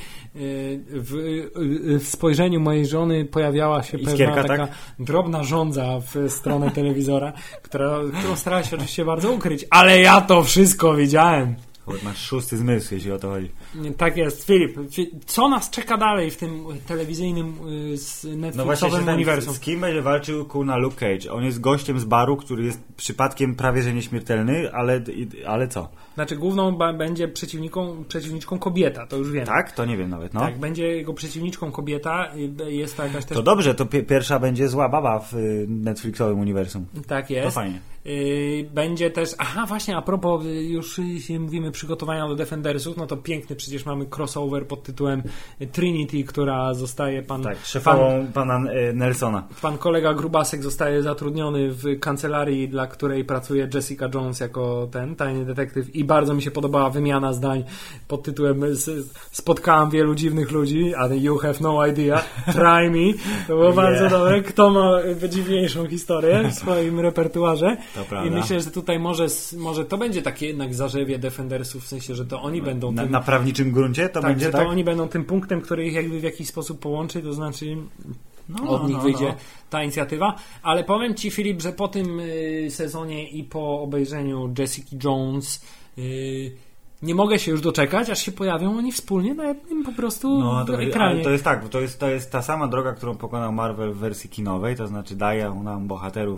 w spojrzeniu mojej żony pojawiała się pewna taka drobna żądza w stronę telewizora, którą starała się oczywiście bardzo ukryć, ale ja to wszystko widziałem. Masz szósty zmysł, jeśli o to chodzi. Tak jest. Filip, co nas czeka dalej w tym telewizyjnym Netflixowym uniwersum? Z kim będzie walczył kurna Luke Cage? On jest gościem z baru, który jest przypadkiem prawie że nieśmiertelny, ale co? Znaczy główną będzie przeciwniczką kobieta, to już wiem. Tak? To nie wiem nawet. No. Tak, będzie jego przeciwniczką kobieta. Jest to jakaś też... To dobrze, to pierwsza będzie zła baba w Netflixowym uniwersum. Tak jest. To fajnie. Będzie też... Aha, właśnie, a propos, już mówimy przygotowania do Defendersów, no to piękny przecież mamy crossover pod tytułem Trinity, która zostaje szefową pana Nelsona. Pan kolega Grubasek zostaje zatrudniony w kancelarii, dla której pracuje Jessica Jones jako ten tajny detektyw i bardzo mi się podobała wymiana zdań pod tytułem spotkałam wielu dziwnych ludzi, ale you have no idea, try me. To było bardzo dobre. Kto ma dziwniejszą historię w swoim repertuarze? I myślę, że tutaj może to będzie takie jednak zarzewie Defendersów, w sensie, że to oni będą tym... Na prawniczym gruncie to będzie, tak? To oni będą tym punktem, który ich jakby w jakiś sposób połączy, to znaczy od nich wyjdzie ta inicjatywa. Ale powiem Ci, Filip, że po tym sezonie i po obejrzeniu Jessica Jones nie mogę się już doczekać, aż się pojawią oni wspólnie na jednym po prostu ekranie. Ale to jest to jest ta sama droga, którą pokonał Marvel w wersji kinowej, to znaczy daje nam bohaterów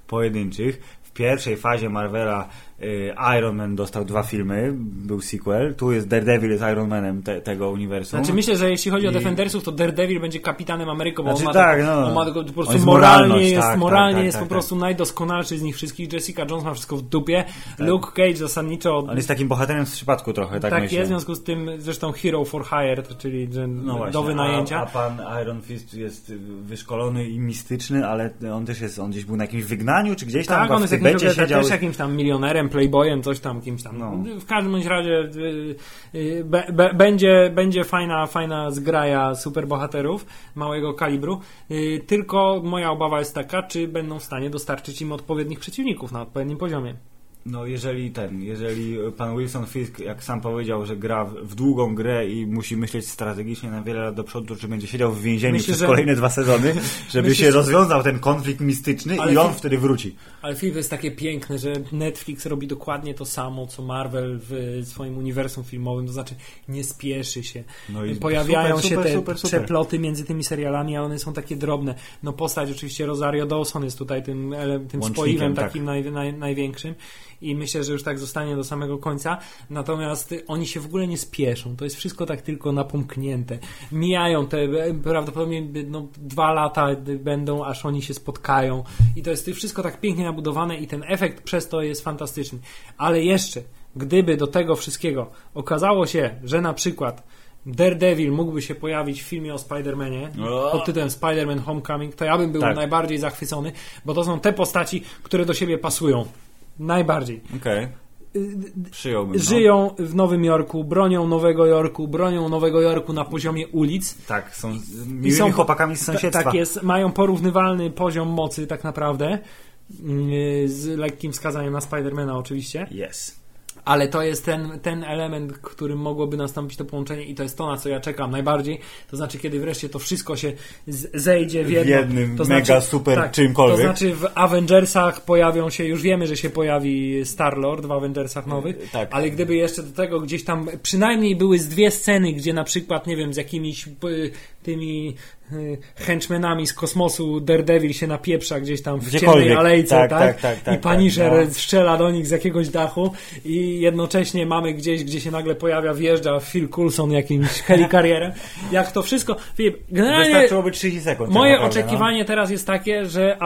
pojedynczych. W pierwszej fazie Marvela Iron Man dostał 2 filmy, był sequel. Tu jest Daredevil jest Iron Manem tego uniwersum. Znaczy myślę, że jeśli chodzi o Defendersów, to Daredevil będzie Kapitanem Ameryką, bo znaczy, on ma po prostu moralnie jest po prostu najdoskonalszy z nich wszystkich. Jessica Jones ma wszystko w dupie. Tak. Luke Cage zasadniczo... On jest takim bohaterem w przypadku trochę, tak myślę. Tak jest, w związku z tym zresztą Hero for Hire, czyli do wynajęcia. A pan Iron Fist jest wyszkolony i mistyczny, ale on też jest, on gdzieś był na jakimś wygnaniu, czy gdzieś tam on jest jakimś tam milionerem, playboyem, coś tam, kimś tam. No. W każdym razie będzie fajna zgraja superbohaterów małego kalibru. Tylko moja obawa jest taka, czy będą w stanie dostarczyć im odpowiednich przeciwników na odpowiednim poziomie. No jeżeli pan Wilson Fisk, jak sam powiedział, że gra w długą grę i musi myśleć strategicznie na wiele lat do przodu, czy będzie siedział w więzieniu przez kolejne 2 sezony, żeby się rozwiązał ten konflikt mistyczny i on wtedy wróci. Ale film jest takie piękne, że Netflix robi dokładnie to samo, co Marvel w swoim uniwersum filmowym, to znaczy nie spieszy się. No i pojawiają się te przeploty między tymi serialami, a one są takie drobne. No postać oczywiście Rosario Dawson jest tutaj tym spoiwem takim największym. I myślę, że już tak zostanie do samego końca. Natomiast oni się w ogóle nie spieszą. To jest wszystko tak tylko napomknięte. Mijają te prawdopodobnie 2 lata będą, aż oni się spotkają. I to jest wszystko tak pięknie nabudowane i ten efekt przez to jest fantastyczny. Ale jeszcze, gdyby do tego wszystkiego okazało się, że na przykład Daredevil mógłby się pojawić w filmie o Spider-Manie pod tytułem Spider-Man Homecoming, to ja bym był najbardziej zachwycony, bo to są te postaci, które do siebie pasują. Najbardziej. Okej. Przyjąłbym. Żyją w Nowym Jorku, bronią Nowego Jorku na poziomie ulic. Tak, są miłymi chłopakami z sąsiedztwa. Tak jest, mają porównywalny poziom mocy tak naprawdę, z lekkim wskazaniem na Spidermana oczywiście. Yes. Ale to jest ten element, którym mogłoby nastąpić to połączenie i to jest to, na co ja czekam najbardziej. To znaczy, kiedy wreszcie to wszystko się zejdzie w jednym to mega znaczy, super czymkolwiek. To znaczy w Avengersach pojawią się, już wiemy, że się pojawi Star-Lord w Avengersach nowych, ale gdyby jeszcze do tego gdzieś tam przynajmniej były z 2 sceny, gdzie na przykład, nie wiem, z jakimiś tymi henchmenami z kosmosu Daredevil się napieprza gdzieś tam w ciemnej alejce, tak? I Punisher strzela do nich z jakiegoś dachu i jednocześnie mamy gdzieś, gdzie się nagle pojawia, wjeżdża Phil Coulson jakimś helikarierem. Jak to wszystko... Filip, generalnie wystarczyłoby 30 sekund. Moje oczekiwanie teraz jest takie, że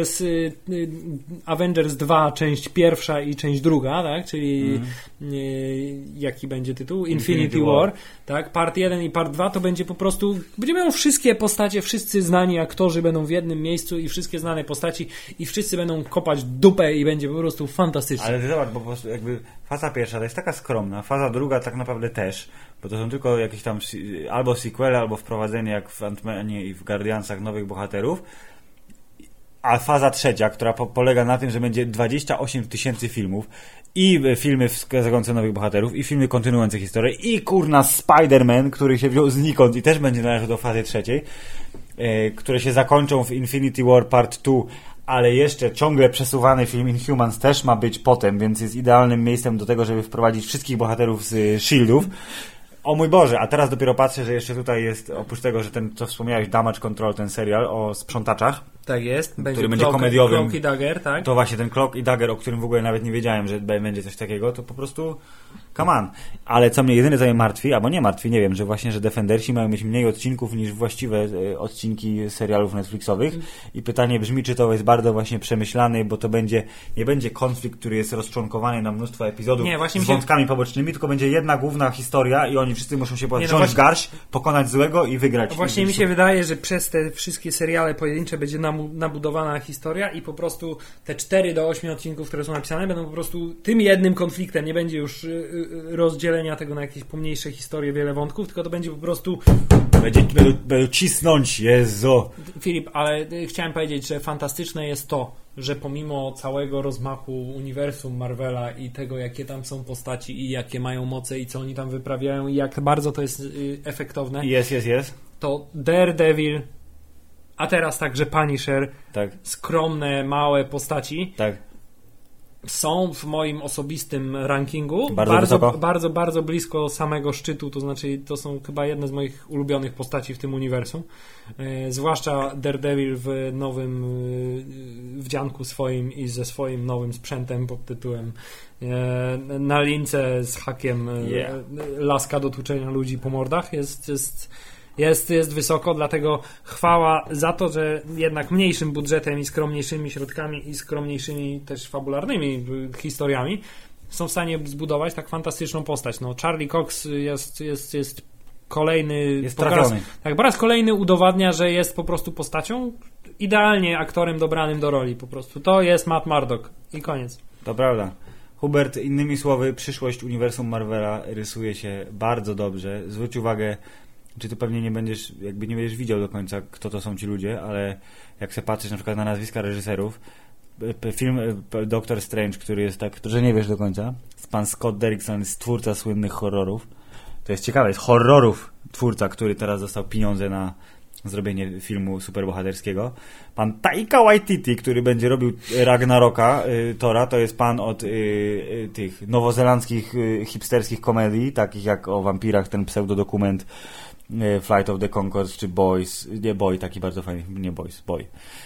Avengers 2, część pierwsza i część druga, tak? Czyli jaki będzie tytuł? Infinity War. Tak? Part 1 i Part 2 to będzie po prostu... Będziemy miał wszystkie postacie, wszyscy znani aktorzy będą w jednym miejscu i wszystkie znane postaci i wszyscy będą kopać dupę i będzie po prostu fantastycznie. Ale zobacz, bo po prostu jakby faza pierwsza to jest taka skromna, faza druga tak naprawdę też, bo to są tylko jakieś tam albo sequele, albo wprowadzenie jak w Ant-Manie i w Guardiansach nowych bohaterów, a faza trzecia, która polega na tym, że będzie 28 000 filmów i filmy wskazujące nowych bohaterów i filmy kontynuujące historię i kurna Spider-Man, który się wziął znikąd i też będzie należał do fazy trzeciej, które się zakończą w Infinity War Part 2, ale jeszcze ciągle przesuwany film Inhumans też ma być potem, więc jest idealnym miejscem do tego, żeby wprowadzić wszystkich bohaterów z S.H.I.E.L.D.ów. O mój Boże, a teraz dopiero patrzę, że jeszcze tutaj jest, oprócz tego, że ten, co wspomniałeś, Damage Control, ten serial o sprzątaczach. Tak jest. Który będzie komediowym. Cloak i Dagger, tak? To właśnie ten Cloak i Dagger, o którym w ogóle nawet nie wiedziałem, że będzie coś takiego, to po prostu come on. Ale co mnie jedyne martwi, albo nie martwi, nie wiem, że właśnie, że Defendersi mają mieć mniej odcinków niż właściwe odcinki serialów Netflixowych i pytanie brzmi, czy to jest bardzo właśnie przemyślany, bo to nie będzie konflikt, który jest rozczłonkowany na mnóstwo epizodów z wątkami pobocznymi, tylko będzie jedna główna historia i oni wszyscy muszą się wziąć w garść, pokonać złego i wygrać. Właśnie mi się wydaje, że przez te wszystkie seriale pojedyncze będzie nabudowana historia i po prostu te 4 do 8 odcinków, które są napisane, będą po prostu tym jednym konfliktem. Nie będzie już rozdzielenia tego na jakieś pomniejsze historie, wiele wątków, tylko to będzie po prostu będą cisnąć, Jezu. Filip, ale chciałem powiedzieć, że fantastyczne jest to, że pomimo całego rozmachu uniwersum Marvela i tego, jakie tam są postaci i jakie mają moce i co oni tam wyprawiają i jak bardzo to jest efektowne, to Daredevil, a teraz także Punisher, skromne, małe postaci, są w moim osobistym rankingu bardzo blisko samego szczytu, to znaczy to są chyba jedne z moich ulubionych postaci w tym uniwersum, zwłaszcza Daredevil w nowym wdzianku swoim i ze swoim nowym sprzętem pod tytułem na lince z hakiem laska do tłuczenia ludzi po mordach jest wysoko, dlatego chwała za to, że jednak mniejszym budżetem i skromniejszymi środkami i skromniejszymi też fabularnymi historiami są w stanie zbudować tak fantastyczną postać. No, Charlie Cox jest kolejny... po raz kolejny udowadnia, że jest po prostu postacią idealnie aktorem dobranym do roli po prostu. To jest Matt Murdock i koniec. To prawda. Hubert, innymi słowy, przyszłość uniwersum Marvela rysuje się bardzo dobrze. Zwróć uwagę, czy tu pewnie nie będziesz widział do końca, kto to są ci ludzie, ale jak sobie patrzysz na przykład na nazwiska reżyserów, film Doctor Strange, który jest tak, że nie wiesz do końca, pan Scott Derrickson jest twórca słynnych horrorów. To jest ciekawe, jest horrorów twórca, który teraz dostał pieniądze na zrobienie filmu superbohaterskiego. Pan Taika Waititi, który będzie robił Ragnaroka, Thora, to jest pan od tych nowozelandzkich hipsterskich komedii, takich jak o wampirach, ten pseudodokument Flight of the Conchords, czy Boys, nie Boy, taki bardzo fajny, nie Boys, Boy.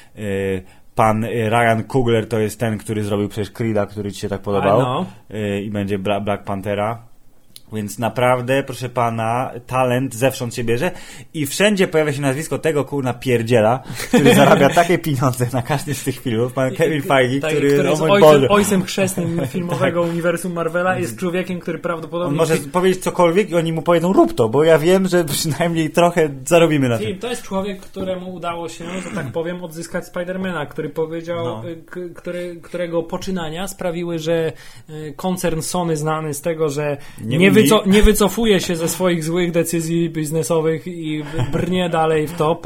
Pan Ryan Coogler to jest ten, który zrobił przecież Creed'a, który ci się tak podobał. I będzie Black Panthera. Więc naprawdę, proszę pana, talent zewsząd się bierze i wszędzie pojawia się nazwisko tego kurna pierdziela, który zarabia takie pieniądze na każdy z tych filmów. Pan Kevin Feige, który jest ojcem chrzestnym filmowego uniwersum Marvela, jest człowiekiem, który prawdopodobnie... On może powiedzieć cokolwiek i oni mu powiedzą rób to, bo ja wiem, że przynajmniej trochę zarobimy na tym. To jest człowiek, któremu udało się, że tak powiem, odzyskać Spidermana, który powiedział, którego poczynania sprawiły, że koncern Sony znany z tego, że nie wycofuje się ze swoich złych decyzji biznesowych i brnie dalej w to.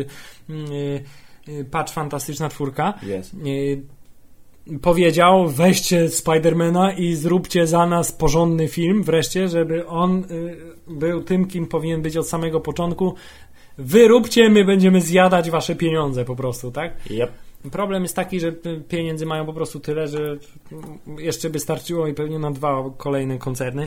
Patrz fantastyczna czwórka. Yes. Powiedział, weźcie Spidermana i zróbcie za nas porządny film wreszcie, żeby on był tym, kim powinien być od samego początku. Wyróbcie, my będziemy zjadać wasze pieniądze po prostu, tak? Yep. Problem jest taki, że pieniędzy mają po prostu tyle, że jeszcze by starczyło i pewnie na 2 kolejne koncerny,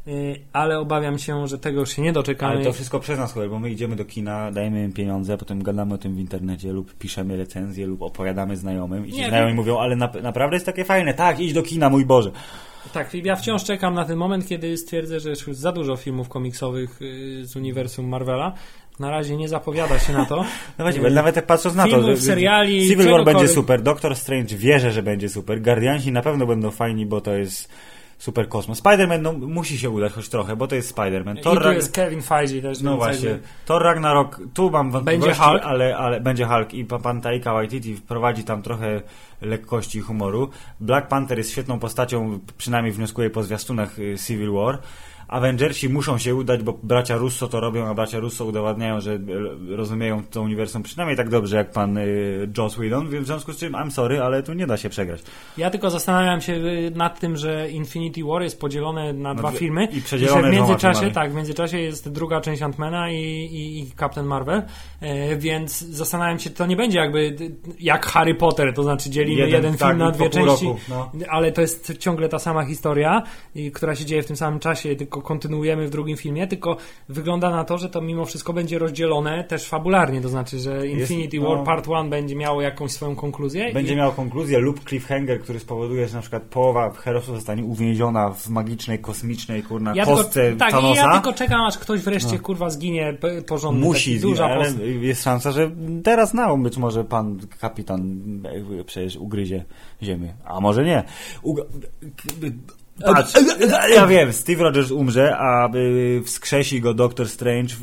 ale obawiam się, że tego już się nie doczekamy. Ale to wszystko przez nas, bo my idziemy do kina, dajemy im pieniądze, potem gadamy o tym w internecie lub piszemy recenzje lub opowiadamy znajomym i ci znajomi mówią, ale naprawdę jest takie fajne, tak, idź do kina, mój Boże. Tak, ja wciąż czekam na ten moment, kiedy stwierdzę, że już za dużo filmów komiksowych z uniwersum Marvela. Na razie nie zapowiada się na to. No właśnie, nawet jak patrząc na to, że seriali, Civil War będzie super, Doctor Strange wierzę, że będzie super, Guardiansi na pewno będą fajni, bo to jest super kosmos. Spider-Man musi się udać choć trochę, bo to jest Spider-Man. I tu jest Kevin Feige też. No właśnie. Thor Ragnarok, tu mam wątpliwości, ale będzie Hulk i pan Taika Waititi wprowadzi tam trochę lekkości i humoru. Black Panther jest świetną postacią, przynajmniej wnioskuję po zwiastunach Civil War. Avengersi muszą się udać, bo bracia Russo to robią, a bracia Russo udowadniają, że rozumieją to uniwersum przynajmniej tak dobrze jak pan Joss Whedon, w związku z czym I'm sorry, ale tu nie da się przegrać. Ja tylko zastanawiam się nad tym, że Infinity War jest podzielone na 2 filmy i przedzielone w międzyczasie jest druga część Ant-Mana i Captain Marvel, więc zastanawiam się, to nie będzie jakby jak Harry Potter, to znaczy dzielimy jeden film na 2 części, ale to jest ciągle ta sama historia, która się dzieje w tym samym czasie, tylko kontynuujemy w drugim filmie, tylko wygląda na to, że to mimo wszystko będzie rozdzielone też fabularnie, to znaczy, że Infinity War Part 1 będzie miało jakąś swoją konkluzję. Będzie miało konkluzję lub cliffhanger, który spowoduje, że na przykład połowa herosów zostanie uwięziona w magicznej, kosmicznej, kostce Thanosa. Ja tylko czekam, aż ktoś wreszcie, zginie porządny. Musi zginąć, ale jest szansa, że teraz być może pan kapitan przecież ugryzie ziemię, a może nie. Patrz, ja wiem, Steve Rogers umrze, a wskrzesi go Doctor Strange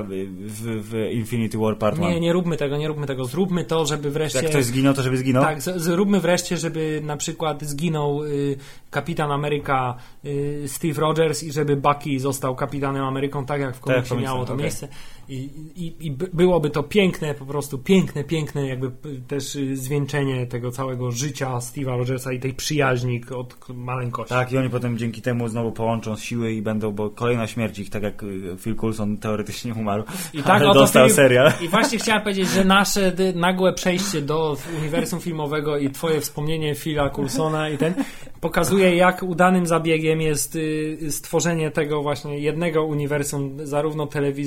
w Infinity War Part 1. Nie róbmy tego. Zróbmy to, żeby wreszcie... Jak ktoś zginął, to żeby zginął? Tak, zróbmy wreszcie, żeby na przykład zginął Kapitan Ameryka Steve Rogers i żeby Bucky został Kapitanem Ameryką, tak jak w komiksie miało to miejsce. I byłoby to piękne, po prostu piękne jakby też zwieńczenie tego całego życia Steve'a Rogersa i tej przyjaźni od maleńkości. Tak, i oni potem dzięki temu znowu połączą siły i będą, bo kolejna śmierć ich, tak jak Phil Coulson teoretycznie umarł, i tak dostał serial. I właśnie chciałem powiedzieć, że nasze nagłe przejście do uniwersum filmowego i twoje wspomnienie Phila Coulsona i pokazuje, jak udanym zabiegiem jest stworzenie tego właśnie jednego uniwersum, zarówno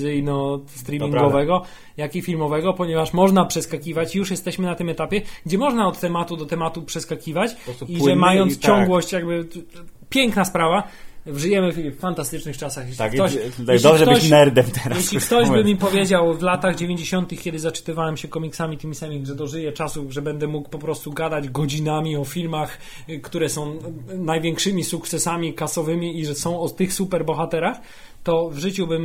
telewizyjno-streamingowego, jak i filmowego, ponieważ można przeskakiwać, już jesteśmy na tym etapie, gdzie można od tematu do tematu przeskakiwać i że mając ciągłość, jakby piękna sprawa. Żyjemy w fantastycznych czasach. Dobrze być nerdem teraz. Jeśli ktoś by mi powiedział w latach 90., kiedy zaczytywałem się komiksami tymi samymi, że dożyję czasów, że będę mógł po prostu gadać godzinami o filmach, które są największymi sukcesami kasowymi i że są o tych superbohaterach, to w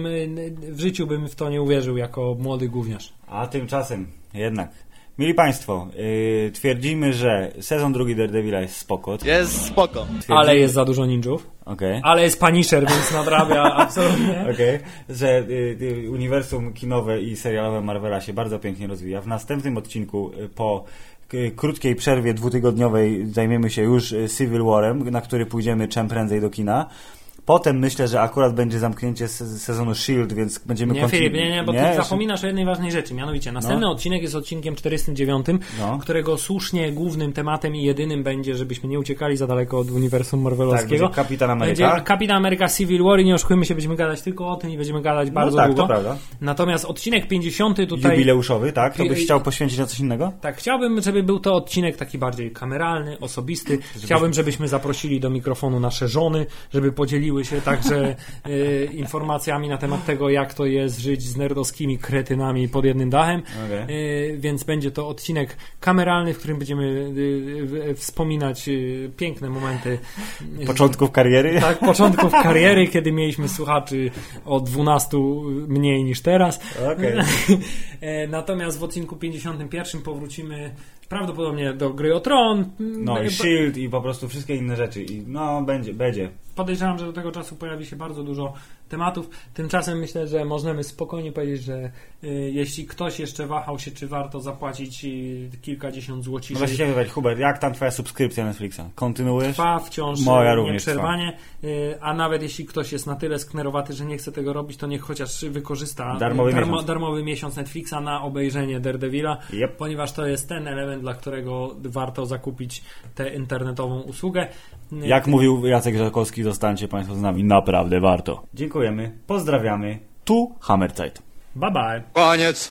życiu bym w to nie uwierzył jako młody gówniarz. A tymczasem jednak, mili Państwo, twierdzimy, że sezon 2 Daredevila jest spoko. Jest spoko. Ale jest za dużo ninjów. Okay. Ale jest Punisher, więc nadrabia absolutnie. Okay. Że uniwersum kinowe i serialowe Marvela się bardzo pięknie rozwija. W następnym odcinku po krótkiej przerwie 2-tygodniowej zajmiemy się już Civil War'em, na który pójdziemy czym prędzej do kina. Potem myślę, że akurat będzie zamknięcie sezonu S.H.I.E.L.D., więc będziemy kontynuować. Nie, Filip, bo ty zapominasz o jednej ważnej rzeczy. Mianowicie, następny odcinek jest odcinkiem 49, którego słusznie głównym tematem i jedynym będzie, żebyśmy nie uciekali za daleko od uniwersum marvelowskiego. Tak, Kapitan Ameryka. Będzie Kapitan Ameryka Civil War i nie oszukujmy się, będziemy gadać tylko o tym i będziemy gadać bardzo długo. To prawda. Natomiast odcinek 50 tutaj... Jubileuszowy, tak? To byś chciał poświęcić na coś innego? Tak, chciałbym, żeby był to odcinek taki bardziej kameralny, osobisty. Chciałbym, żebyśmy zaprosili do mikrofonu nasze żony, żeby podzieliły się także informacjami na temat tego, jak to jest żyć z nerdowskimi kretynami pod jednym dachem. Więc będzie to odcinek kameralny, w którym będziemy wspominać piękne momenty początków kariery. Tak, początków kariery, kiedy mieliśmy słuchaczy o 12 mniej niż teraz. Natomiast w odcinku 51 powrócimy prawdopodobnie do Gry o Tron. No i S.H.I.E.L.D. i po prostu wszystkie inne rzeczy. I będzie. Podejrzewam, że do tego czasu pojawi się bardzo dużo tematów. Tymczasem myślę, że możemy spokojnie powiedzieć, że jeśli ktoś jeszcze wahał się, czy warto zapłacić kilkadziesiąt złociszy. No właśnie chciałem Hubert, jak tam twoja subskrypcja Netflixa? Kontynuujesz? Trwa wciąż. Moja również nieprzerwanie. A nawet jeśli ktoś jest na tyle sknerowaty, że nie chce tego robić, to niech chociaż wykorzysta darmowy miesiąc Netflixa na obejrzenie Daredevila, ponieważ to jest ten element, dla którego warto zakupić tę internetową usługę. Jak mówił Jacek Żakowski, zostańcie Państwo z nami, naprawdę warto. Dziękujemy, pozdrawiamy. Tu Hammerzeit. Bye bye. Koniec.